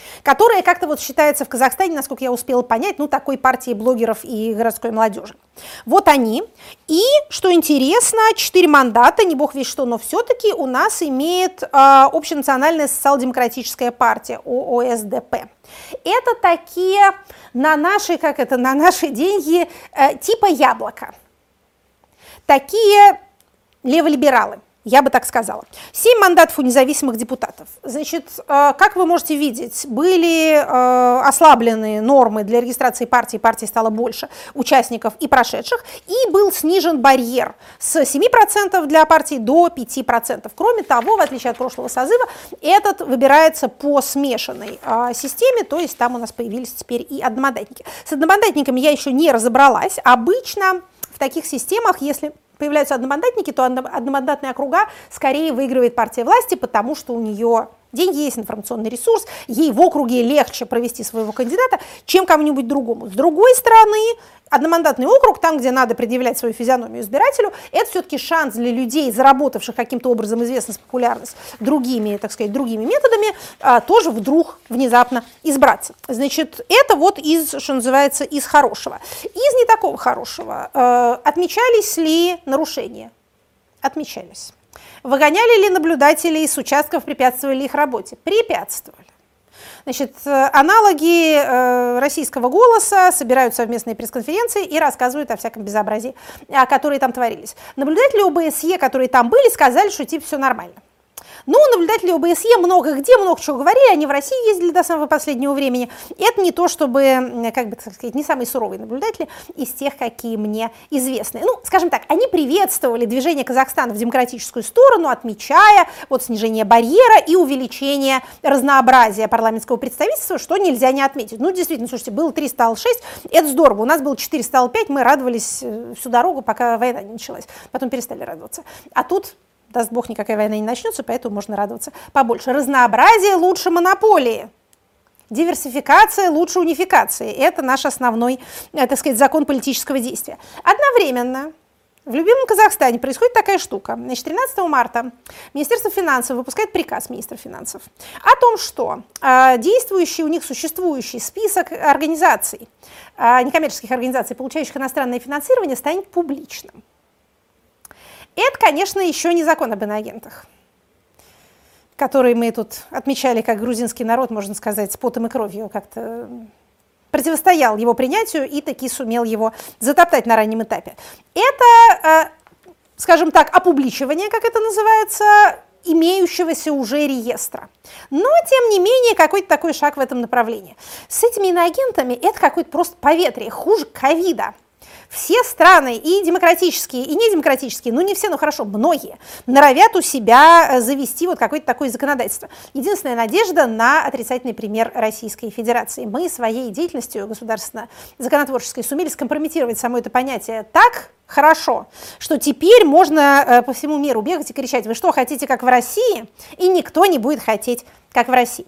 которая как-то вот считается в Казахстане, насколько я успела понять, ну, такой партией блогеров и городской молодежи. Вот они. И, что интересно, четыре мандата, не бог весть что, но все-таки у нас имеет э, Общенациональная социал-демократическая партия, О О С Д П. Это такие на наши, как это, на наши деньги э, типа яблоко. Такие леволибералы. Я бы так сказала. Семь мандатов у независимых депутатов. Значит, как вы можете видеть, были ослаблены нормы для регистрации партии, партии стало больше участников и прошедших, и был снижен барьер с семи процентов для партии до пяти процентов. Кроме того, в отличие от прошлого созыва, этот выбирается по смешанной системе, то есть там у нас появились теперь и одномандатники. С одномандатниками я еще не разобралась. Обычно в таких системах, если появляются одномандатники, то одномандатные округа скорее выигрывает партия власти, потому что у нее деньги есть, информационный ресурс, ей в округе легче провести своего кандидата, чем кому-нибудь другому. С другой стороны, одномандатный округ, там, где надо предъявлять свою физиономию избирателю, это все-таки шанс для людей, заработавших каким-то образом известность, популярность другими, так сказать, другими методами, тоже вдруг внезапно избраться. Значит, это вот из, что называется, из хорошего. Из не такого хорошего. Отмечались ли нарушения? Отмечались. Выгоняли ли наблюдателей с участков, препятствовали ли их работе? Препятствовали. Значит, аналоги э, российского «Голоса» собирают совместные пресс-конференции и рассказывают о всяком безобразии, которые там творились. Наблюдатели О Бэ Эс Е, которые там были, сказали, что типа все нормально. Ну, наблюдатели О Бэ Эс Е много где, много чего говорили, они в России ездили до самого последнего времени. Это не то, чтобы, как бы, так сказать, не самые суровые наблюдатели из тех, какие мне известны. Ну, скажем так, они приветствовали движение Казахстана в демократическую сторону, отмечая вот снижение барьера и увеличение разнообразия парламентского представительства, что нельзя не отметить. Ну, действительно, слушайте, было три, стало шесть, это здорово. У нас было четыре, стало пять, мы радовались всю дорогу, пока война не началась. Потом перестали радоваться. А тут... даст бог, никакая война не начнется, поэтому можно радоваться побольше. Разнообразие лучше монополии. Диверсификация лучше унификации. Это наш основной, так сказать, закон политического действия. Одновременно в любимом Казахстане происходит такая штука. Значит, тринадцатого марта Министерство финансов выпускает приказ министра финансов о том, что э, действующий у них существующий список организаций, э, некоммерческих организаций, получающих иностранное финансирование, станет публичным. Это, конечно, еще не закон об иноагентах, который мы тут отмечали как грузинский народ, можно сказать, с потом и кровью, как-то противостоял его принятию и таки сумел его затоптать на раннем этапе. Это, скажем так, опубличивание, как это называется, имеющегося уже реестра. Но, тем не менее, какой-то такой шаг в этом направлении. С этими иноагентами это какое-то просто поветрие, хуже ковида. Все страны, и демократические, и недемократические, ну не все, но хорошо, многие, норовят у себя завести вот какое-то такое законодательство. Единственная надежда на отрицательный пример Российской Федерации. Мы своей деятельностью государственно-законотворческой сумели скомпрометировать само это понятие так хорошо, что теперь можно по всему миру бегать и кричать: вы что, хотите как в России? И никто не будет хотеть как в России.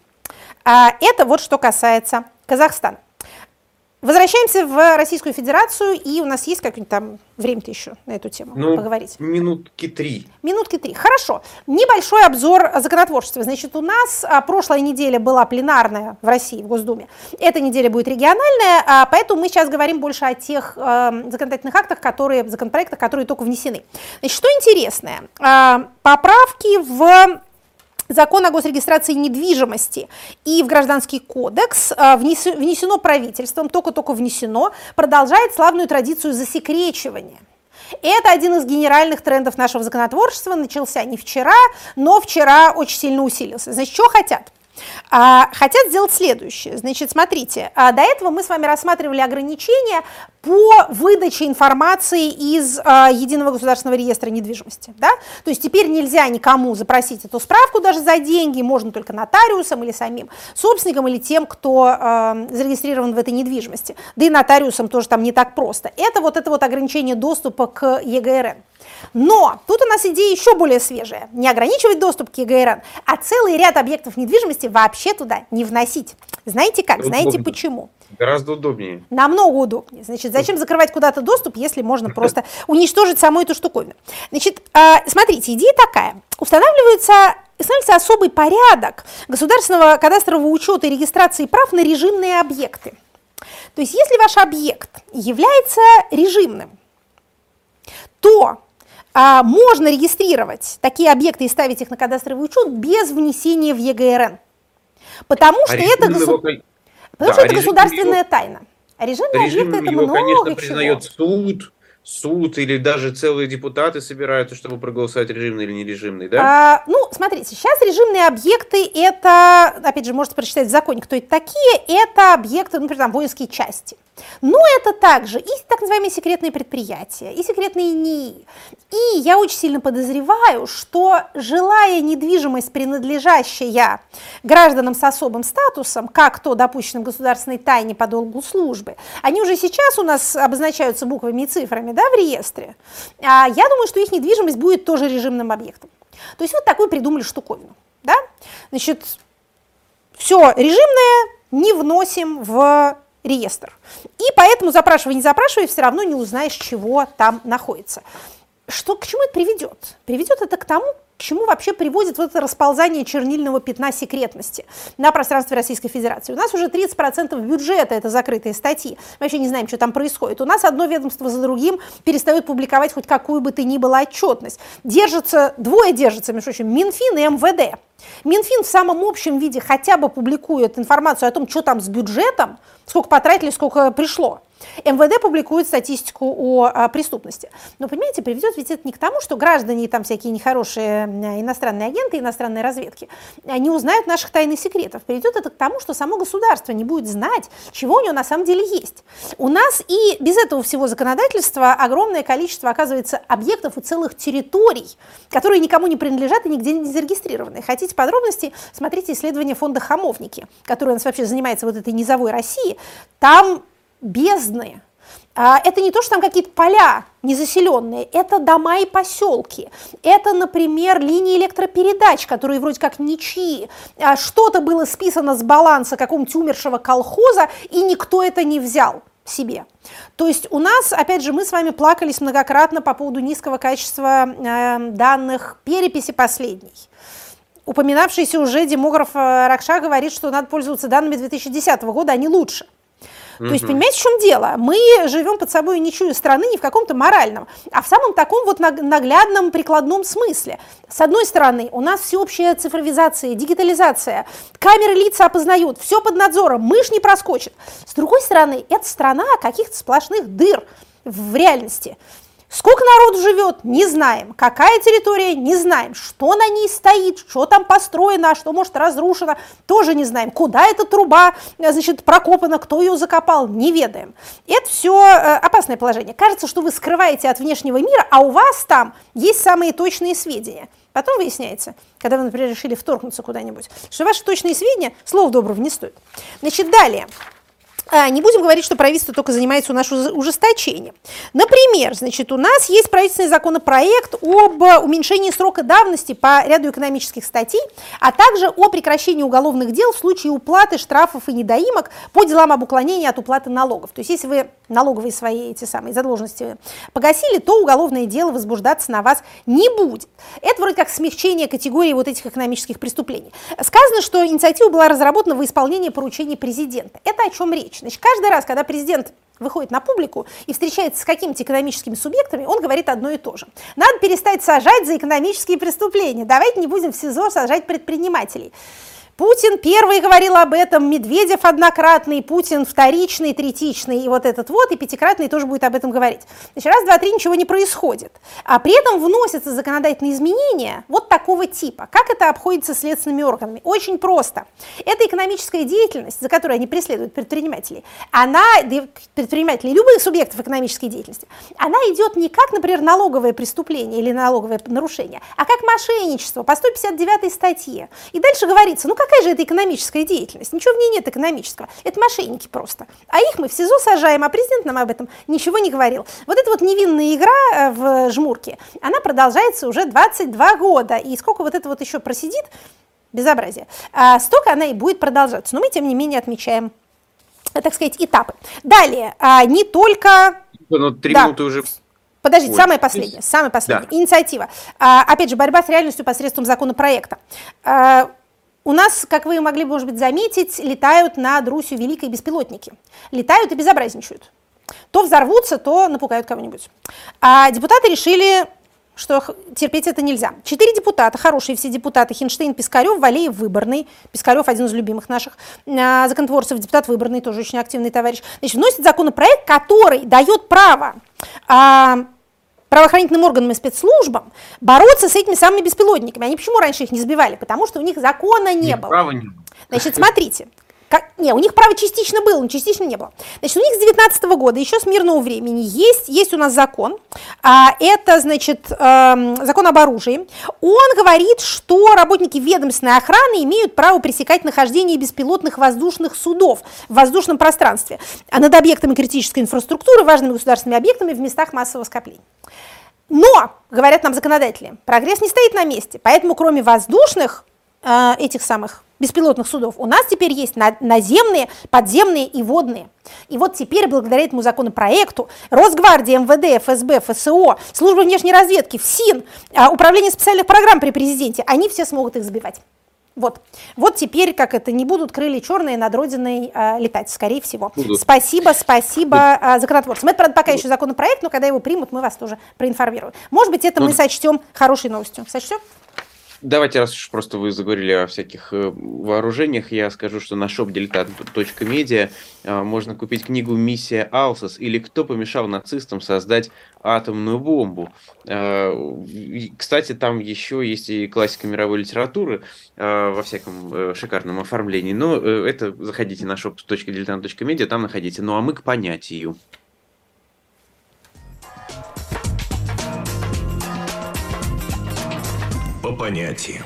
Это вот что касается Казахстана. Возвращаемся в Российскую Федерацию, и у нас есть какое-нибудь там время-то еще на эту тему ну, поговорить? Минутки три. Минутки три. Хорошо. Небольшой обзор законотворчества. Значит, у нас а, прошлая неделя была пленарная в России, в Госдуме. Эта неделя будет региональная, а, поэтому мы сейчас говорим больше о тех а, законодательных актах, которые, законопроектах, которые только внесены. Значит, что интересное. А, поправки в Закон о госрегистрации недвижимости и в Гражданский кодекс внесено правительством, только-только внесено, продолжает славную традицию засекречивания. Это один из генеральных трендов нашего законотворчества, начался не вчера, но вчера очень сильно усилился. Значит, что хотят? А, хотят сделать следующее. Значит, смотрите, а, до этого мы с вами рассматривали ограничения по выдаче информации из а, Единого государственного реестра недвижимости. Да? То есть теперь нельзя никому запросить эту справку даже за деньги, можно только нотариусам или самим собственникам, или тем, кто а, зарегистрирован в этой недвижимости. Да и нотариусам тоже там не так просто. Это вот это вот ограничение доступа к Е Гэ Эр Эн. Но тут у нас идея еще более свежая. Не ограничивать доступ к Е Гэ Эр Эн, а целый ряд объектов недвижимости вообще туда не вносить. Знаете как? Удобнее. Знаете почему? Гораздо удобнее. Намного удобнее. Значит, зачем закрывать куда-то доступ, если можно просто уничтожить саму эту штуковину? Значит, смотрите, идея такая. Устанавливаются устанавливается особый порядок государственного кадастрового учета и регистрации прав на режимные объекты. То есть если ваш объект является режимным, то а, можно регистрировать такие объекты и ставить их на кадастровый учет без внесения в ЕГРН. Потому что, а это, госу... его... потому да, что это государственная его... тайна. А режимные объекты – это его, много конечно, чего. признает суд, суд или даже целые депутаты собираются, чтобы проголосовать режимный или нережимный, да? А, ну, смотрите, сейчас режимные объекты – это, опять же, можете прочитать в законе, кто это такие, это объекты, например, там, воинские части. Но это также и так называемые секретные предприятия, и секретные НИИ. И я очень сильно подозреваю, что жилая недвижимость, принадлежащая гражданам с особым статусом, как то допущено в государственной тайне по долгу службы, они уже сейчас у нас обозначаются буквами и цифрами, да, в реестре. А я думаю, что их недвижимость будет тоже режимным объектом. То есть вот такую придумали штуковину. Да? Значит, все режимное не вносим в реестр. И поэтому, запрашивай, не запрашивай, все равно не узнаешь, чего там находится. Что, к чему это приведет? Приведет это к тому, к чему вообще приводит вот это расползание чернильного пятна секретности на пространстве Российской Федерации. У нас уже тридцать процентов бюджета – это закрытые статьи. Мы вообще не знаем, что там происходит. У нас одно ведомство за другим перестает публиковать хоть какую бы то ни было отчетность. Держится, двое держатся, между прочим, Минфин и эм вэ дэ. Минфин в самом общем виде хотя бы публикует информацию о том, что там с бюджетом, сколько потратили, сколько пришло. эм вэ дэ публикует статистику о, о преступности. Но, понимаете, приведет ведь это не к тому, что граждане и там всякие нехорошие иностранные агенты, иностранные разведки не узнают наших тайных секретов. Приведет это к тому, что само государство не будет знать, чего у него на самом деле есть. У нас и без этого всего законодательства огромное количество, оказывается, объектов и целых территорий, которые никому не принадлежат и нигде не зарегистрированы. Хотите подробностей? Смотрите исследование фонда «Хамовники», который у нас вообще занимается вот этой низовой Россией. Там бездны. Это не то, что там какие-то поля незаселенные, это дома и поселки. Это, например, линии электропередач, которые вроде как ничьи. Что-то было списано с баланса какого-нибудь умершего колхоза, и никто это не взял себе. То есть у нас, опять же, мы с вами плакались многократно по поводу низкого качества э, данных переписи последней. Упоминавшийся уже демограф Ракша говорит, что надо пользоваться данными две тысячи десятого года, они лучше. То есть, понимаете, в чем дело? Мы живем под собой ничью страны не в каком-то моральном, а в самом таком вот наглядном прикладном смысле. С одной стороны, у нас всеобщая цифровизация, дигитализация, камеры лица опознают, все под надзором, мышь не проскочит. С другой стороны, это страна каких-то сплошных дыр в реальности. Сколько народу живет, не знаем. Какая территория, не знаем. Что на ней стоит, что там построено, а что может разрушено, тоже не знаем. Куда эта труба, значит, прокопана, кто ее закопал, не ведаем. Это все опасное положение. Кажется, что вы скрываете от внешнего мира, а у вас там есть самые точные сведения. Потом выясняется, когда вы, например, решили вторгнуться куда-нибудь, что ваши точные сведения слова доброго не стоят. Значит, далее. Не будем говорить, что правительство только занимается у нас ужесточением. Например, значит, у нас есть правительственный законопроект об уменьшении срока давности по ряду экономических статей, а также о прекращении уголовных дел в случае уплаты штрафов и недоимок по делам об уклонении от уплаты налогов. То есть, если вы налоговые свои эти самые задолженности погасили, то уголовное дело возбуждаться на вас не будет. Это вроде как смягчение категории вот этих экономических преступлений. Сказано, что инициатива была разработана во исполнение поручений президента. Это о чем речь? Значит, каждый раз, когда президент выходит на публику и встречается с какими-то экономическими субъектами, он говорит одно и то же. Надо перестать сажать за экономические преступления. Давайте не будем в СИЗО сажать предпринимателей. Путин первый говорил об этом, Медведев однократный, Путин вторичный, третичный, и вот этот вот, и пятикратный тоже будет об этом говорить. Значит, раз, два, три, ничего не происходит. А при этом вносятся законодательные изменения вот такого типа. Как это обходится следственными органами? Очень просто. Эта экономическая деятельность, за которую они преследуют предпринимателей, она, предпринимателей любых субъектов экономической деятельности, она идет не как, например, налоговое преступление или налоговое нарушение, а как мошенничество по сто пятьдесят девятой статье. И дальше говорится, ну как Какая же это экономическая деятельность? Ничего в ней нет экономического. Это мошенники просто. А их мы в СИЗО сажаем, а президент нам об этом ничего не говорил. Вот эта вот невинная игра в жмурке, она продолжается уже двадцать два года. И сколько вот это вот еще просидит, безобразие, а столько она и будет продолжаться. Но мы, тем не менее, отмечаем, так сказать, этапы. Далее, а не только... Ну, три да. минуты уже... Подождите, Ой, самое последнее, есть... самое последнее. Да. Инициатива. А, опять же, борьба с реальностью посредством законопроекта. А, у нас, как вы могли, может быть, заметить, летают над Русью великие беспилотники. Летают и безобразничают. То взорвутся, то напугают кого-нибудь. А депутаты решили, что терпеть это нельзя. Четыре депутата, хорошие все депутаты, Хинштейн, Пискарев, Валеев, Выборный. Пискарев один из любимых наших а, законотворцев, депутат Выборный, тоже очень активный товарищ. Значит, вносит законопроект, который дает право а, правоохранительным органам и спецслужбам бороться с этими самыми беспилотниками. Они почему раньше их не сбивали? Потому что у них закона не Нет, было. права не было. Значит, смотрите. Как, не, у них право частично было, но частично не было. Значит, у них с девятнадцатого года, еще с мирного времени, есть, есть у нас закон. А, это, значит, э, закон об оружии. Он говорит, что работники ведомственной охраны имеют право пресекать нахождение беспилотных воздушных судов в воздушном пространстве над объектами критической инфраструктуры, важными государственными объектами в местах массового скопления. Но, говорят нам законодатели, прогресс не стоит на месте, поэтому кроме воздушных э, этих самых беспилотных судов у нас теперь есть наземные, подземные и водные. И вот теперь, благодаря этому законопроекту, Росгвардия, эм вэ дэ, эф эс бэ, эф эс о, Служба внешней разведки, ФСИН, Управление специальных программ при президенте, они все смогут их сбивать. Вот. Вот теперь, как это, не будут крылья черные над Родиной э, летать, скорее всего. Будут. Спасибо, спасибо э, законотворцам. Это, правда, пока еще законопроект, но когда его примут, мы вас тоже проинформируем. Может быть, это ну, мы сочтем хорошей новостью. Сочтем? Давайте, раз уж просто вы заговорили о всяких вооружениях, я скажу, что на шоп дилетант точка медиа можно купить книгу «Миссия Алсос» или «Кто помешал нацистам создать атомную бомбу». Кстати, там еще есть и классика мировой литературы во всяком шикарном оформлении, но это заходите на шоп точка дилетант точка медиа, там находите. Ну а мы к понятию. По понятиям.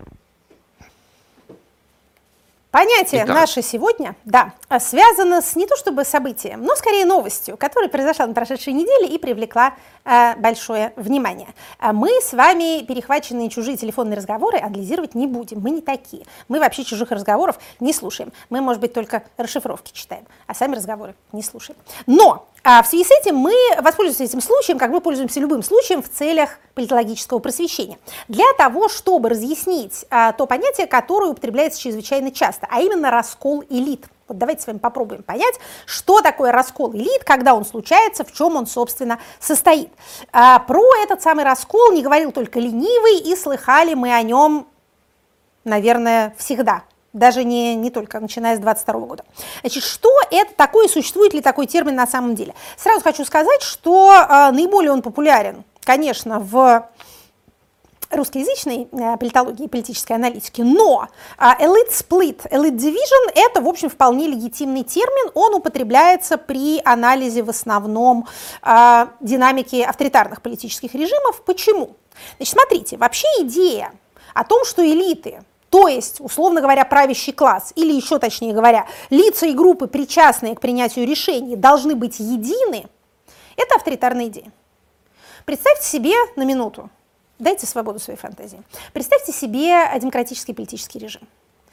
Понятие Итак. наше сегодня, да, связано с не то чтобы событием, но скорее новостью, которая произошла на прошедшей неделе и привлекла э, большое внимание. Мы с вами перехваченные чужие телефонные разговоры анализировать не будем, мы не такие. Мы вообще чужих разговоров не слушаем. Мы, может быть, только расшифровки читаем, а сами разговоры не слушаем. Но а в связи с этим мы воспользуемся этим случаем, как мы пользуемся любым случаем в целях политологического просвещения, для того, чтобы разъяснить а, то понятие, которое употребляется чрезвычайно часто, а именно раскол элит. Вот давайте с вами попробуем понять, что такое раскол элит, когда он случается, в чем он, собственно, состоит. А, про этот самый раскол не говорил только ленивый, и слыхали мы о нем, наверное, всегда. Даже не, не только, начиная с двадцать второго года. Значит, что это такое, существует ли такой термин на самом деле? Сразу хочу сказать, что э, наиболее он популярен, конечно, в русскоязычной э, политологии и политической аналитике, но э, elite split, elite division – это, в общем, вполне легитимный термин, он употребляется при анализе в основном э, динамики авторитарных политических режимов. Почему? Значит, смотрите, вообще идея о том, что элиты, то есть, условно говоря, правящий класс, или еще точнее говоря, лица и группы, причастные к принятию решений, должны быть едины, это авторитарная идея. Представьте себе на минуту, дайте свободу своей фантазии, представьте себе демократический политический режим.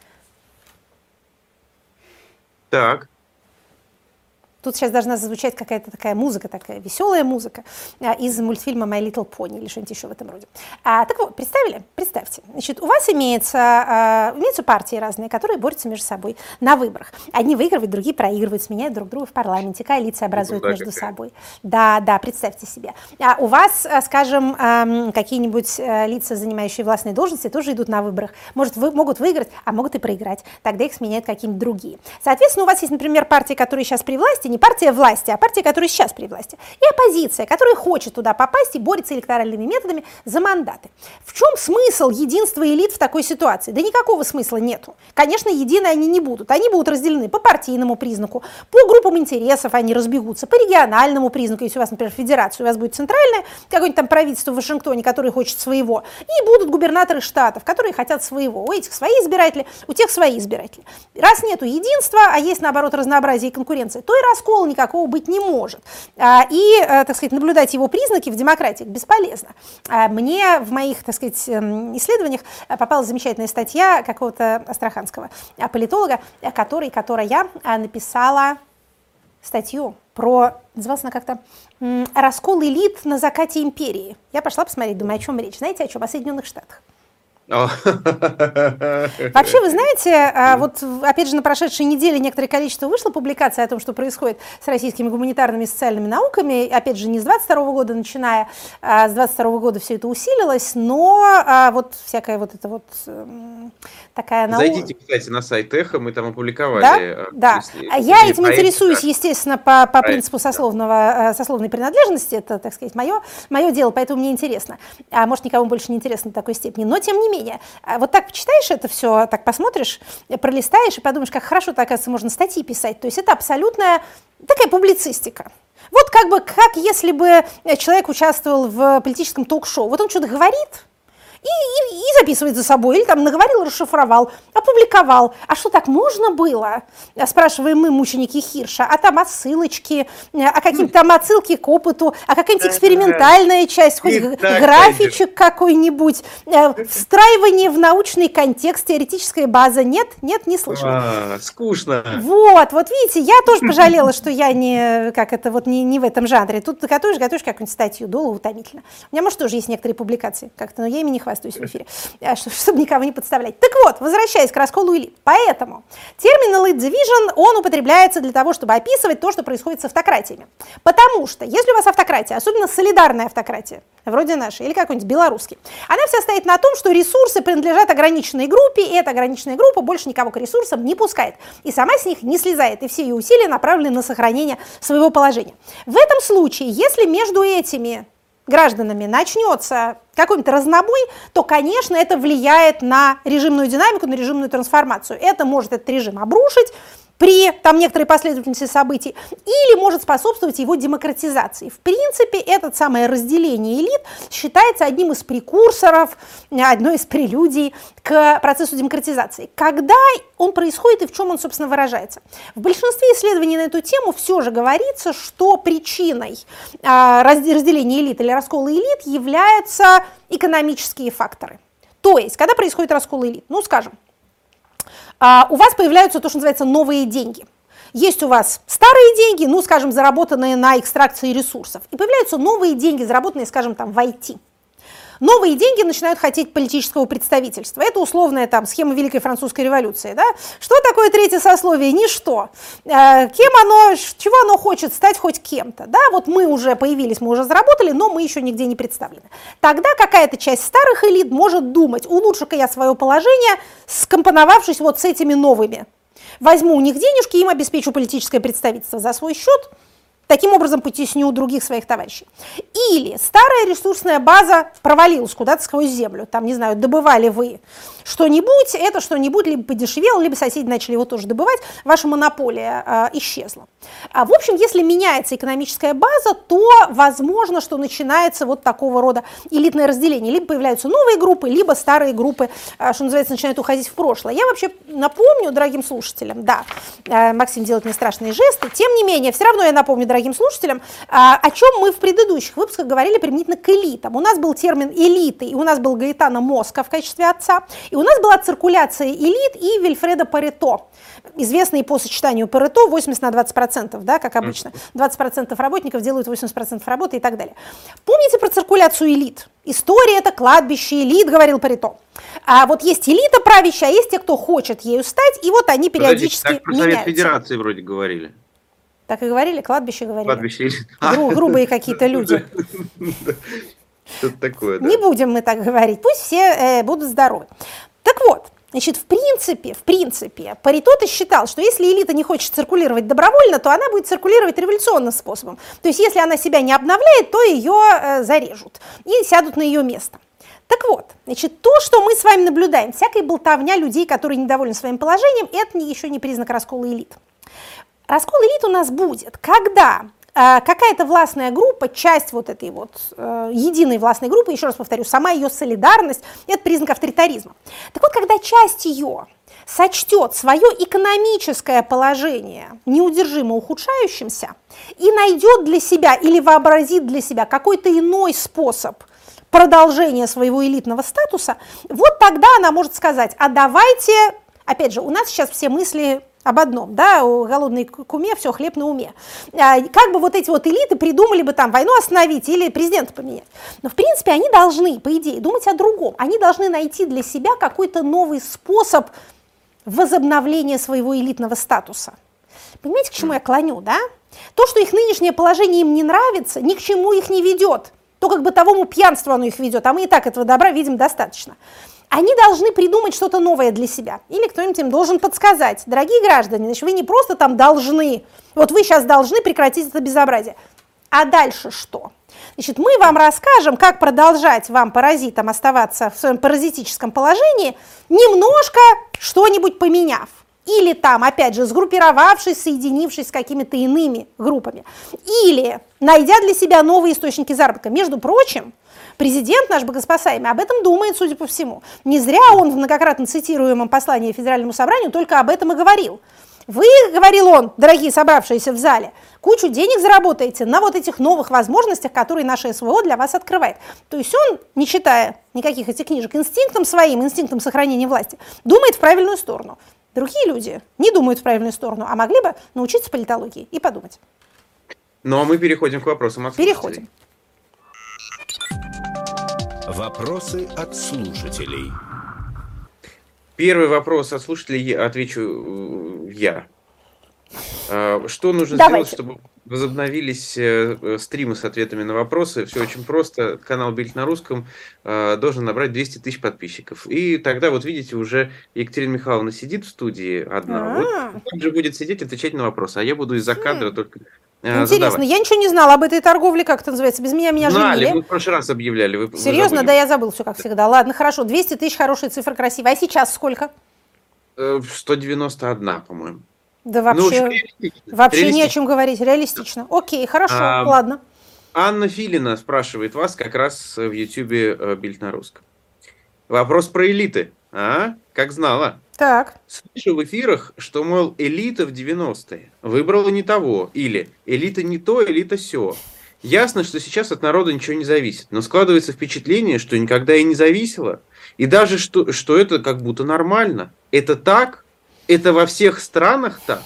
Так. Тут сейчас должна зазвучать какая-то такая музыка, такая веселая музыка а, из мультфильма My Little Pony или что-нибудь еще в этом роде. А, так вот, представили? Представьте. Значит, у вас имеется, а, имеются партии разные, которые борются между собой на выборах. Одни выигрывают, другие проигрывают, сменяют друг друга в парламенте, коалиции образуют Ну, да, между какая. собой. Да, да, представьте себе. А, у вас, а, скажем, а, какие-нибудь а, лица, занимающие властные должности, тоже идут на выборах. Может, вы, могут выиграть, а могут и проиграть. Тогда их сменяют какие-нибудь другие. Соответственно, у вас есть, например, партии, которые сейчас при власти, не партия власти, а партия, которая сейчас при власти, и оппозиция, которая хочет туда попасть и борется электоральными методами за мандаты. В чем смысл единства элит в такой ситуации? Да никакого смысла нету. Конечно, едины они не будут. Они будут разделены по партийному признаку, по группам интересов они разбегутся, по региональному признаку, если у вас, например, федерация, у вас будет центральное, какое-нибудь там правительство в Вашингтоне, которое хочет своего, и будут губернаторы штатов, которые хотят своего. У этих свои избиратели, у тех свои избиратели. Раз нету единства, а есть, наоборот, разнообразие и конкуренция, то и раскола никакого быть не может. И, так сказать, наблюдать его признаки в демократии бесполезно. Мне в моих, так сказать, исследованиях попалась замечательная статья какого-то астраханского политолога, который, которая написала статью про, называлась она как-то «Раскол элит на закате империи». Я пошла посмотреть, думаю, о чем речь. Знаете, о чем? О Соединенных Штатах. Вообще, вы знаете, вот опять же на прошедшей неделе некоторое количество вышло публикаций о том, что происходит с российскими гуманитарными и социальными науками, опять же не с двадцать второго года начиная, а с двадцать второго года все это усилилось, но вот всякая вот эта вот такая наука... Зайдите, кстати, на сайт Эхо, мы там опубликовали. Да, да. Я этим интересуюсь, естественно, по, по принципу сословного, сословной принадлежности, это, так сказать, мое, мое дело, поэтому мне интересно. А может, никому больше не интересно в такой степени, но тем не менее. Вот так почитаешь это все, так посмотришь, пролистаешь и подумаешь, как хорошо, оказывается, можно статьи писать. То есть это абсолютная такая публицистика. Вот как бы, как если бы человек участвовал в политическом ток-шоу. Вот он что-то говорит и, и, и записывает за собой, или там наговорил, расшифровал, опубликовал. А что, так можно было? Спрашиваем мы, мученики Хирша. А там отсылочки, а какие-то там отсылки к опыту, а какая-нибудь экспериментальная часть, хоть графичек какой-нибудь, встраивание в научный контекст, теоретическая база. Нет, нет, не слышала. А, скучно. Вот, вот видите, я тоже пожалела, что я не, как это, вот не, не в этом жанре. Тут ты готовишь, готовишь какую-нибудь статью, долго, утомительно. У меня, может, тоже есть некоторые публикации как-то, но я ими не хвастаюсь в эфире, чтобы никого не подставлять. Так вот, возвращаясь к расколу элит. Поэтому термин elite division, он употребляется для того, чтобы описывать то, что происходит с автократиями. Потому что, если у вас автократия, особенно солидарная автократия, вроде нашей, или какой-нибудь белорусский, она вся стоит на том, что ресурсы принадлежат ограниченной группе, и эта ограниченная группа больше никого к ресурсам не пускает, и сама с них не слезает, и все ее усилия направлены на сохранение своего положения. В этом случае, если между этими гражданами начнется какой-нибудь разнобой, то, конечно, это влияет на режимную динамику, на режимную трансформацию. Это может этот режим обрушить при там, некоторой последовательности событий или может способствовать его демократизации. В принципе, это самое разделение элит считается одним из прекурсоров, одной из прелюдий к процессу демократизации. Когда он происходит и в чем он, собственно, выражается? В большинстве исследований на эту тему все же говорится, что причиной а, разделения элит или раскола элит являются экономические факторы. То есть, когда происходит раскол элит, ну, скажем, Uh, у вас появляются то, что называется новые деньги. Есть у вас старые деньги, ну, скажем, заработанные на экстракции ресурсов, и появляются новые деньги, заработанные, скажем, там, в ай ти. Новые деньги начинают хотеть политического представительства. Это условная там схема Великой Французской революции. Да? Что такое третье сословие? Ничто. Э, кем оно, чего оно хочет стать хоть кем-то? Да? Вот мы уже появились, мы уже заработали, но мы еще нигде не представлены. Тогда какая-то часть старых элит может думать, улучшу-ка я свое положение, скомпоновавшись вот с этими новыми. Возьму у них денежки, им обеспечу политическое представительство за свой счет, таким образом потесню других своих товарищей. Или старая ресурсная база провалилась куда-то сквозь землю. Там, не знаю, добывали вы что-нибудь, это что-нибудь либо подешевело, либо соседи начали его тоже добывать, ваша монополия э, исчезла. А, в общем, если меняется экономическая база, то возможно, что начинается вот такого рода элитное разделение. Либо появляются новые группы, либо старые группы, э, что называется, начинают уходить в прошлое. Я вообще напомню дорогим слушателям, да, э, Максим делает мне страшные жесты, тем не менее, все равно я напомню дорогим слушателям, э, о чем мы в предыдущих выпусках говорили применительно к элитам. У нас был термин элиты, и у нас был Гаэтано Моско в качестве отца, и у нас была циркуляция элит и Вильфредо Парето, известный по сочетанию Парето восемьдесят на двадцать процентов, да, как обычно. двадцать процентов работников делают восемьдесят процентов работы и так далее. Помните про циркуляцию элит? История – это кладбище элит, говорил Парето. А вот есть элита правящая, а есть те, кто хочет ею стать, и вот они периодически Подождите, так про меняются. Совет Федерации вроде говорили. Так и говорили, кладбище говорили. Кладбище элит. Гру- грубые какие-то люди. Что-то такое, да. Не будем мы так говорить, пусть все э, будут здоровы. Так вот, значит, в принципе, в принципе, Парето-то считал, что если элита не хочет циркулировать добровольно, то она будет циркулировать революционным способом. То есть если она себя не обновляет, то ее э, зарежут и сядут на ее место. Так вот, значит, то, что мы с вами наблюдаем, всякая болтовня людей, которые недовольны своим положением, это еще не признак раскола элит. Раскол элит у нас будет, когда э, какая-то властная группа, часть вот этой вот э, единой властной группы, еще раз повторю, сама ее солидарность, это признак авторитаризма. Так вот, когда часть ее сочтет свое экономическое положение неудержимо ухудшающимся и найдет для себя или вообразит для себя какой-то иной способ продолжения своего элитного статуса, вот тогда она может сказать, а давайте, опять же, у нас сейчас все мысли об одном, да, у голодной куме все, хлеб на уме. А, как бы вот эти вот элиты придумали бы там войну остановить или президента поменять. Но, в принципе, они должны, по идее, думать о другом. Они должны найти для себя какой-то новый способ возобновления своего элитного статуса. Понимаете, к чему я клоню, да? То, что их нынешнее положение им не нравится, ни к чему их не ведет. То, как бытовому пьянству оно их ведет, а мы и так этого добра видим достаточно. Они должны придумать что-то новое для себя. Или кто-нибудь им должен подсказать. Дорогие граждане, значит, вы не просто там должны, вот вы сейчас должны прекратить это безобразие. А дальше что? Значит, мы вам расскажем, как продолжать вам, паразитам, оставаться в своем паразитическом положении, немножко что-нибудь поменяв. Или там, опять же, сгруппировавшись, соединившись с какими-то иными группами. Или найдя для себя новые источники заработка. Между прочим, президент наш богоспасаемый об этом думает, судя по всему. Не зря он в многократно цитируемом послании Федеральному собранию только об этом и говорил. Вы, говорил он, дорогие собравшиеся в зале, кучу денег заработаете на вот этих новых возможностях, которые наше СВО для вас открывает. То есть он, не читая никаких этих книжек, инстинктом своим, инстинктом сохранения власти, думает в правильную сторону. Другие люди не думают в правильную сторону, а могли бы научиться политологии и подумать. Ну, а мы переходим к вопросам от слушателей. Переходим. Вопросы от слушателей. Первый вопрос от слушателей отвечу я. Что нужно Давайте. сделать, чтобы возобновились стримы с ответами на вопросы? Все очень просто. Канал Бильд на русском должен набрать двести тысяч подписчиков. И тогда, вот видите, уже Екатерина Михайловна сидит в студии одна. А-а-а. Вот он же будет сидеть, отвечать на вопросы. А я буду из-за кадра только Интересно, задавать. я ничего не знала об этой торговле, как это называется, без меня меня Знали, женили. мы в прошлый раз объявляли. Вы, вы Серьезно? забыли. Да я забыл все, как всегда. Ладно, хорошо, двести тысяч, хорошая цифра, красивая. А сейчас сколько? сто девяносто один, по-моему. Да Ну, вообще, реалистично. вообще не о Реалистично. чем говорить, реалистично. Окей, хорошо, А, ладно. Анна Филина спрашивает вас как раз в Ютьюбе Бильд на русском. Вопрос про элиты. А? Как знала. Так. Слышу в эфирах, что, мол, элита в девяностые выбрала не того. Или элита не то, элита сё. Ясно, что сейчас от народа ничего не зависит. Но складывается впечатление, что никогда и не зависело. И даже, что, что это как будто нормально. Это так? Это во всех странах так?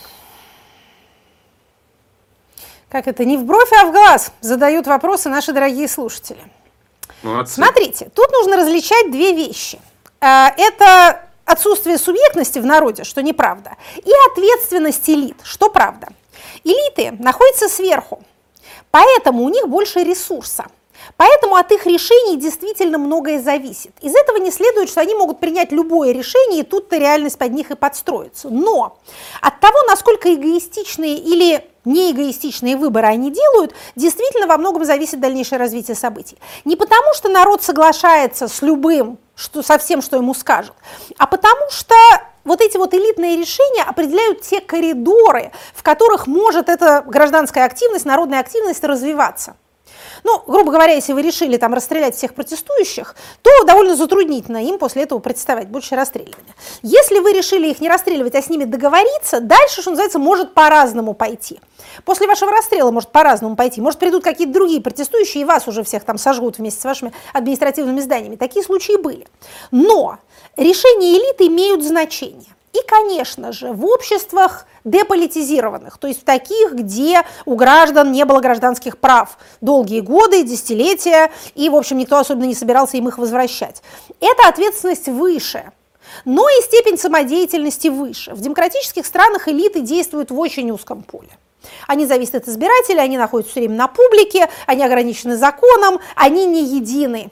Как это, не в бровь, а в глаз задают вопросы наши дорогие слушатели. Молодцы. Смотрите, тут нужно различать две вещи. А, Это отсутствие субъектности в народе, что неправда, и ответственность элит, что правда. Элиты находятся сверху, поэтому у них больше ресурса. Поэтому от их решений действительно многое зависит. Из этого не следует, что они могут принять любое решение, и тут-то реальность под них и подстроится. Но от того, насколько эгоистичные или неэгоистичные выборы они делают, действительно во многом зависит дальнейшее развитие событий. Не потому, что народ соглашается с любым, что, со всем, что ему скажут, а потому что вот эти вот элитные решения определяют те коридоры, в которых может эта гражданская активность, народная активность развиваться. Ну, грубо говоря, если вы решили там расстрелять всех протестующих, то довольно затруднительно им после этого представить больше расстреливания. Если вы решили их не расстреливать, а с ними договориться, дальше, что называется, может по-разному пойти. После вашего расстрела может по-разному пойти. Может, придут какие-то другие протестующие, и вас уже всех там сожгут вместе с вашими административными зданиями. Такие случаи были. Но решения элиты имеют значение. И, конечно же, в обществах деполитизированных, то есть в таких, где у граждан не было гражданских прав долгие годы, десятилетия, и, в общем, никто особенно не собирался им их возвращать. Эта ответственность выше, но и степень самодеятельности выше. В демократических странах элиты действуют в очень узком поле. Они зависят от избирателей, они находятся все время на публике, они ограничены законом, они не едины.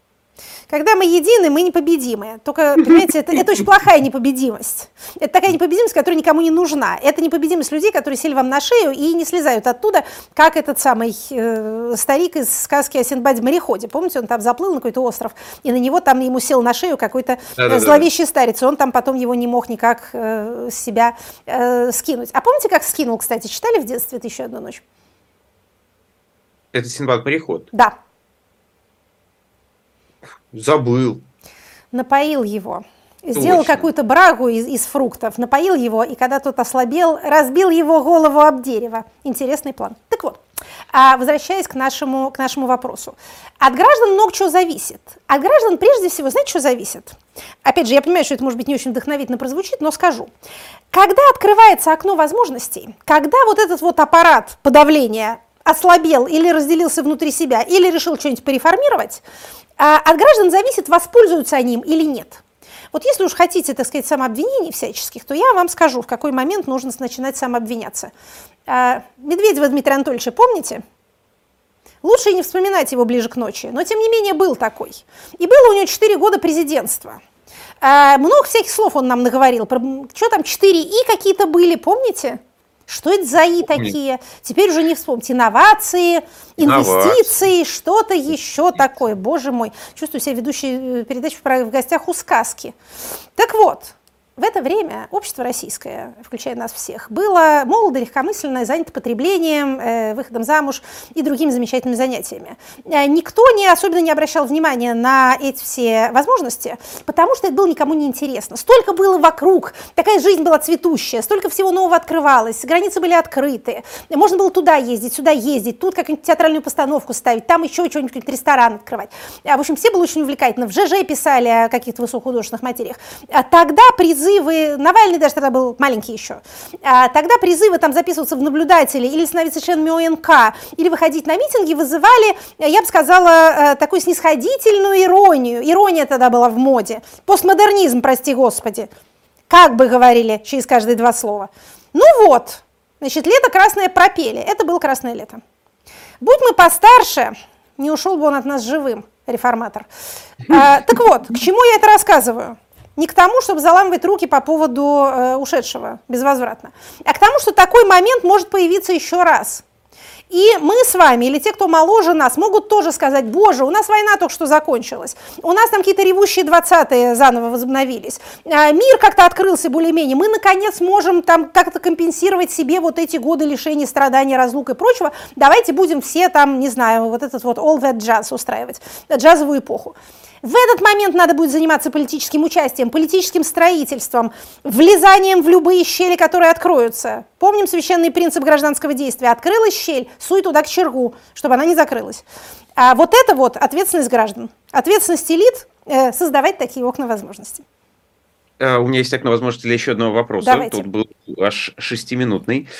Когда мы едины, мы непобедимые. Только, понимаете, это, это очень плохая непобедимость. Это такая непобедимость, которая никому не нужна. Это непобедимость людей, которые сели вам на шею и не слезают оттуда, как этот самый э, старик из сказки о Синдбаде-мореходе. Помните, он там заплыл на какой-то остров, и на него там ему сел на шею какой-то э, зловещий старец, и он там потом его не мог никак э, с себя э, скинуть. А помните, как скинул, кстати, читали в детстве «Тысячу и одну ночь»? Это Синдбад-мореход. Да. Забыл. Напоил его. Сделал Точно. какую-то брагу из, из фруктов, напоил его, и когда тот ослабел, разбил его голову об дерево. Интересный план. Так вот, А возвращаясь к нашему, к нашему вопросу. От граждан много чего зависит. От граждан прежде всего, знаете, что зависит? Опять же, я понимаю, что это может быть не очень вдохновительно прозвучит, но скажу. Когда открывается окно возможностей, когда вот этот вот аппарат подавления ослабел или разделился внутри себя, или решил что-нибудь переформировать, от граждан зависит, воспользуются они им или нет. Вот если уж хотите, так сказать, самообвинений всяческих, то я вам скажу, в какой момент нужно начинать самообвиняться. Медведева Дмитрия Анатольевича помните? Лучше и не вспоминать его ближе к ночи, но тем не менее был такой. И было у него четыре года президентства. Много всяких слов он нам наговорил. Что там, четыре И какие-то были, помните? Что это за И такие? Теперь уже не вспомните. Инновации, инвестиции, что-то еще такое. Боже мой, чувствую себя ведущей передачи в гостях у сказки. Так вот, в это время общество российское, включая нас всех, было молодо, легкомысленно, занято потреблением, э, выходом замуж и другими замечательными занятиями. Э, никто не, особенно не обращал внимания на эти все возможности, потому что это было никому не интересно. Столько было вокруг, такая жизнь была цветущая, столько всего нового открывалось, границы были открыты, можно было туда ездить, сюда ездить, тут какую-нибудь театральную постановку ставить, там еще что-нибудь, какой-нибудь ресторан открывать. А, в общем, все было очень увлекательно. В ЖЖ писали о каких-то высокохудожественных материях. А тогда призыв Призывы, Навальный даже тогда был маленький еще, а, тогда призывы там записываться в наблюдатели или становиться членами ОНК, или выходить на митинги вызывали, я бы сказала, такую снисходительную иронию. Ирония тогда была в моде. Постмодернизм, прости господи. Как бы говорили через каждые два слова. Ну вот, значит, лето красное пропели. Это было красное лето. Будь мы постарше, не ушел бы он от нас живым, реформатор. А, так вот, к чему я это рассказываю? Не к тому, чтобы заламывать руки по поводу э, ушедшего безвозвратно, а к тому, что такой момент может появиться еще раз. И мы с вами, или те, кто моложе нас, могут тоже сказать: боже, у нас война только что закончилась, у нас там какие-то ревущие двадцатые заново возобновились, а мир как-то открылся более-менее, мы наконец можем там как-то компенсировать себе вот эти годы лишений, страданий, разлук и прочего, давайте будем все там, не знаю, вот этот вот all that jazz устраивать, джазовую эпоху. В этот момент надо будет заниматься политическим участием, политическим строительством, влезанием в любые щели, которые откроются. Помним священный принцип гражданского действия. Открылась щель, суй туда к чергу, чтобы она не закрылась. А вот это вот ответственность граждан. Ответственность элит э, создавать такие окна возможностей. У меня есть окно возможности для еще одного вопроса. Давайте. Тут был аж шестиминутный.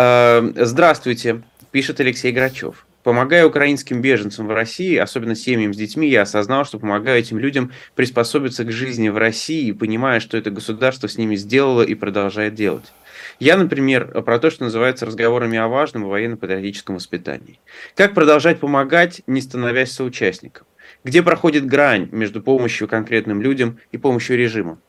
Здравствуйте, пишет Алексей Грачев. Помогая украинским беженцам в России, особенно семьям с детьми, я осознал, что помогаю этим людям приспособиться к жизни в России, понимая, что это государство с ними сделало и продолжает делать. Я, например, про то, что называется разговорами о важном и военно-патриотическом воспитании. Как продолжать помогать, не становясь соучастником? Где проходит грань между помощью конкретным людям и помощью режима?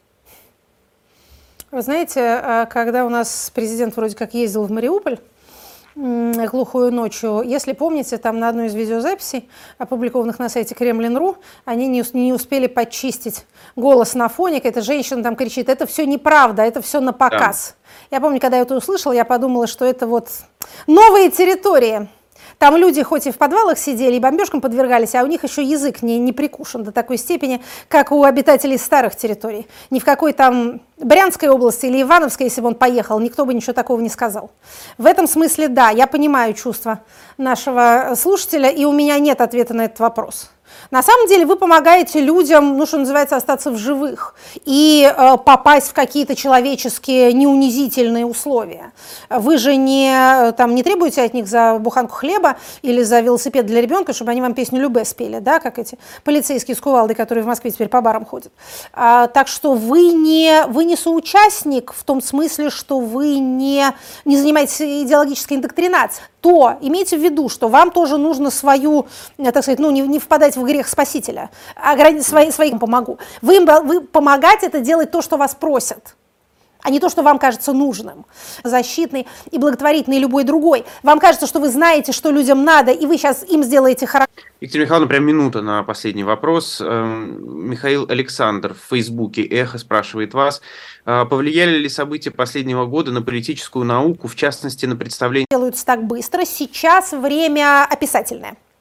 Вы знаете, когда у нас президент вроде как ездил в Мариуполь глухую ночью, если помните, там на одной из видеозаписей, опубликованных на сайте Кремлин точка ру, они не, не успели подчистить голос на фоне, эта женщина там кричит: это все неправда, это все на показ. Да. Я помню, когда я это услышала, я подумала, что это вот новые территории. Там люди хоть и в подвалах сидели, и бомбежкам подвергались, а у них еще язык не, не прикушен до такой степени, как у обитателей старых территорий. Ни в какой там Брянской области или Ивановской, если бы он поехал, никто бы ничего такого не сказал. В этом смысле, да, я понимаю чувства нашего слушателя, и у меня нет ответа на этот вопрос. На самом деле вы помогаете людям, ну, что называется, остаться в живых и э, попасть в какие-то человеческие неунизительные условия. Вы же не, там, не требуете от них за буханку хлеба или за велосипед для ребенка, чтобы они вам песню «Любэ» спели, да, как эти полицейские с кувалдой, которые в Москве теперь по барам ходят. А, так что вы не, вы не соучастник в том смысле, что вы не, не занимаетесь идеологической индоктринацией. То имейте в виду, что вам тоже нужно свою, так сказать, ну, не, не впадать в грех спасителя, а своим, своим помогу. Вы, вы помогать это делать то, что вас просят, а не то, что вам кажется нужным. Защитный и благотворительный и любой другой. Вам кажется, что вы знаете, что людям надо, и вы сейчас им сделаете хорошо. Екатерина Михайловна, прям минута на последний вопрос. Михаил Александр в Фейсбуке «Эхо» спрашивает вас, повлияли ли события последнего года на политическую науку, в частности, на представление... Делаются так быстро. Сейчас время описательное.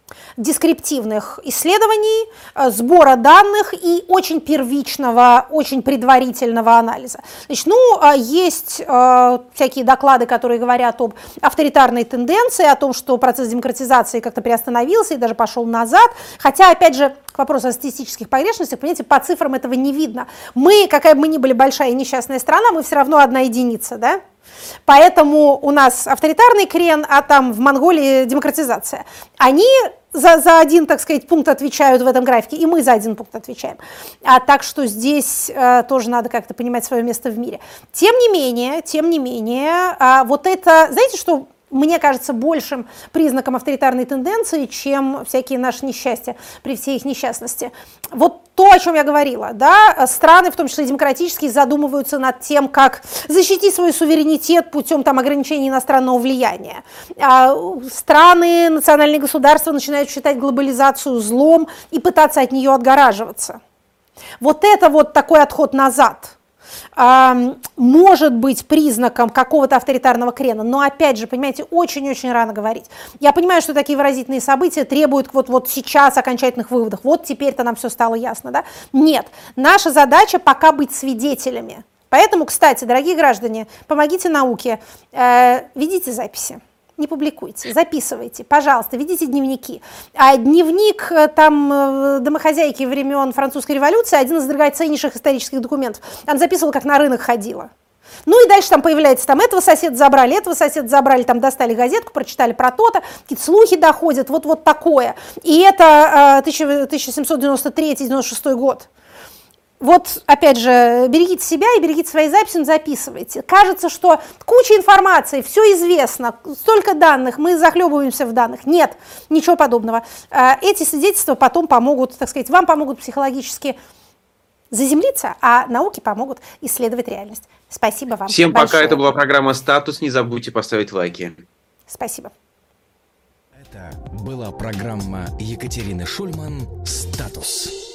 дескриптивных исследований, сбора данных и очень первичного, очень предварительного анализа. Значит, ну, есть э, всякие доклады, которые говорят об авторитарной тенденции, о том, что процесс демократизации как-то приостановился и даже пошел назад, хотя, опять же, к вопросу о статистических погрешностях, понимаете, по цифрам этого не видно. Мы, какая бы мы ни были большая и несчастная страна, мы все равно одна единица, да? Поэтому у нас авторитарный крен, а там в Монголии демократизация. Они за, за один, так сказать, пункт отвечают в этом графике, и мы за один пункт отвечаем. А так что здесь э, тоже надо как-то понимать свое место в мире. Тем не менее, тем не менее, э, вот это, знаете, что мне кажется большим признаком авторитарной тенденции, чем всякие наши несчастья при всей их несчастности. Вот то, о чем я говорила, да, страны, в том числе демократические, задумываются над тем, как защитить свой суверенитет путем там, ограничения иностранного влияния. А страны, национальные государства начинают считать глобализацию злом и пытаться от нее отгораживаться. Вот это вот такой отход назад может быть признаком какого-то авторитарного крена, но, опять же, понимаете, очень-очень рано говорить. Я понимаю, что такие выразительные события требуют вот, вот сейчас окончательных выводов, вот теперь-то нам все стало ясно, да? Нет, наша задача пока быть свидетелями. Поэтому, кстати, дорогие граждане, помогите науке, э, ведите записи. Не публикуйте, записывайте, пожалуйста, ведите дневники. А дневник там домохозяйки времен французской революции, один из драгоценнейших исторических документов. Она записывала, как на рынок ходила. Ну и дальше там появляется, там этого соседа забрали, этого соседа забрали, там достали газетку, прочитали про то-то, какие-то слухи доходят, вот, вот такое. И это э, тысяча семьсот девяносто третий — девяносто шестой год. Вот, опять же, берегите себя и берегите свои записи, записывайте. Кажется, что куча информации, все известно, столько данных, мы захлебываемся в данных. Нет, ничего подобного. Эти свидетельства потом помогут, так сказать, вам помогут психологически заземлиться, а науке помогут исследовать реальность. Спасибо вам Всем большое. пока, это была программа «Статус». Не забудьте поставить лайки. Спасибо. Это была программа Екатерины Шульман «Статус».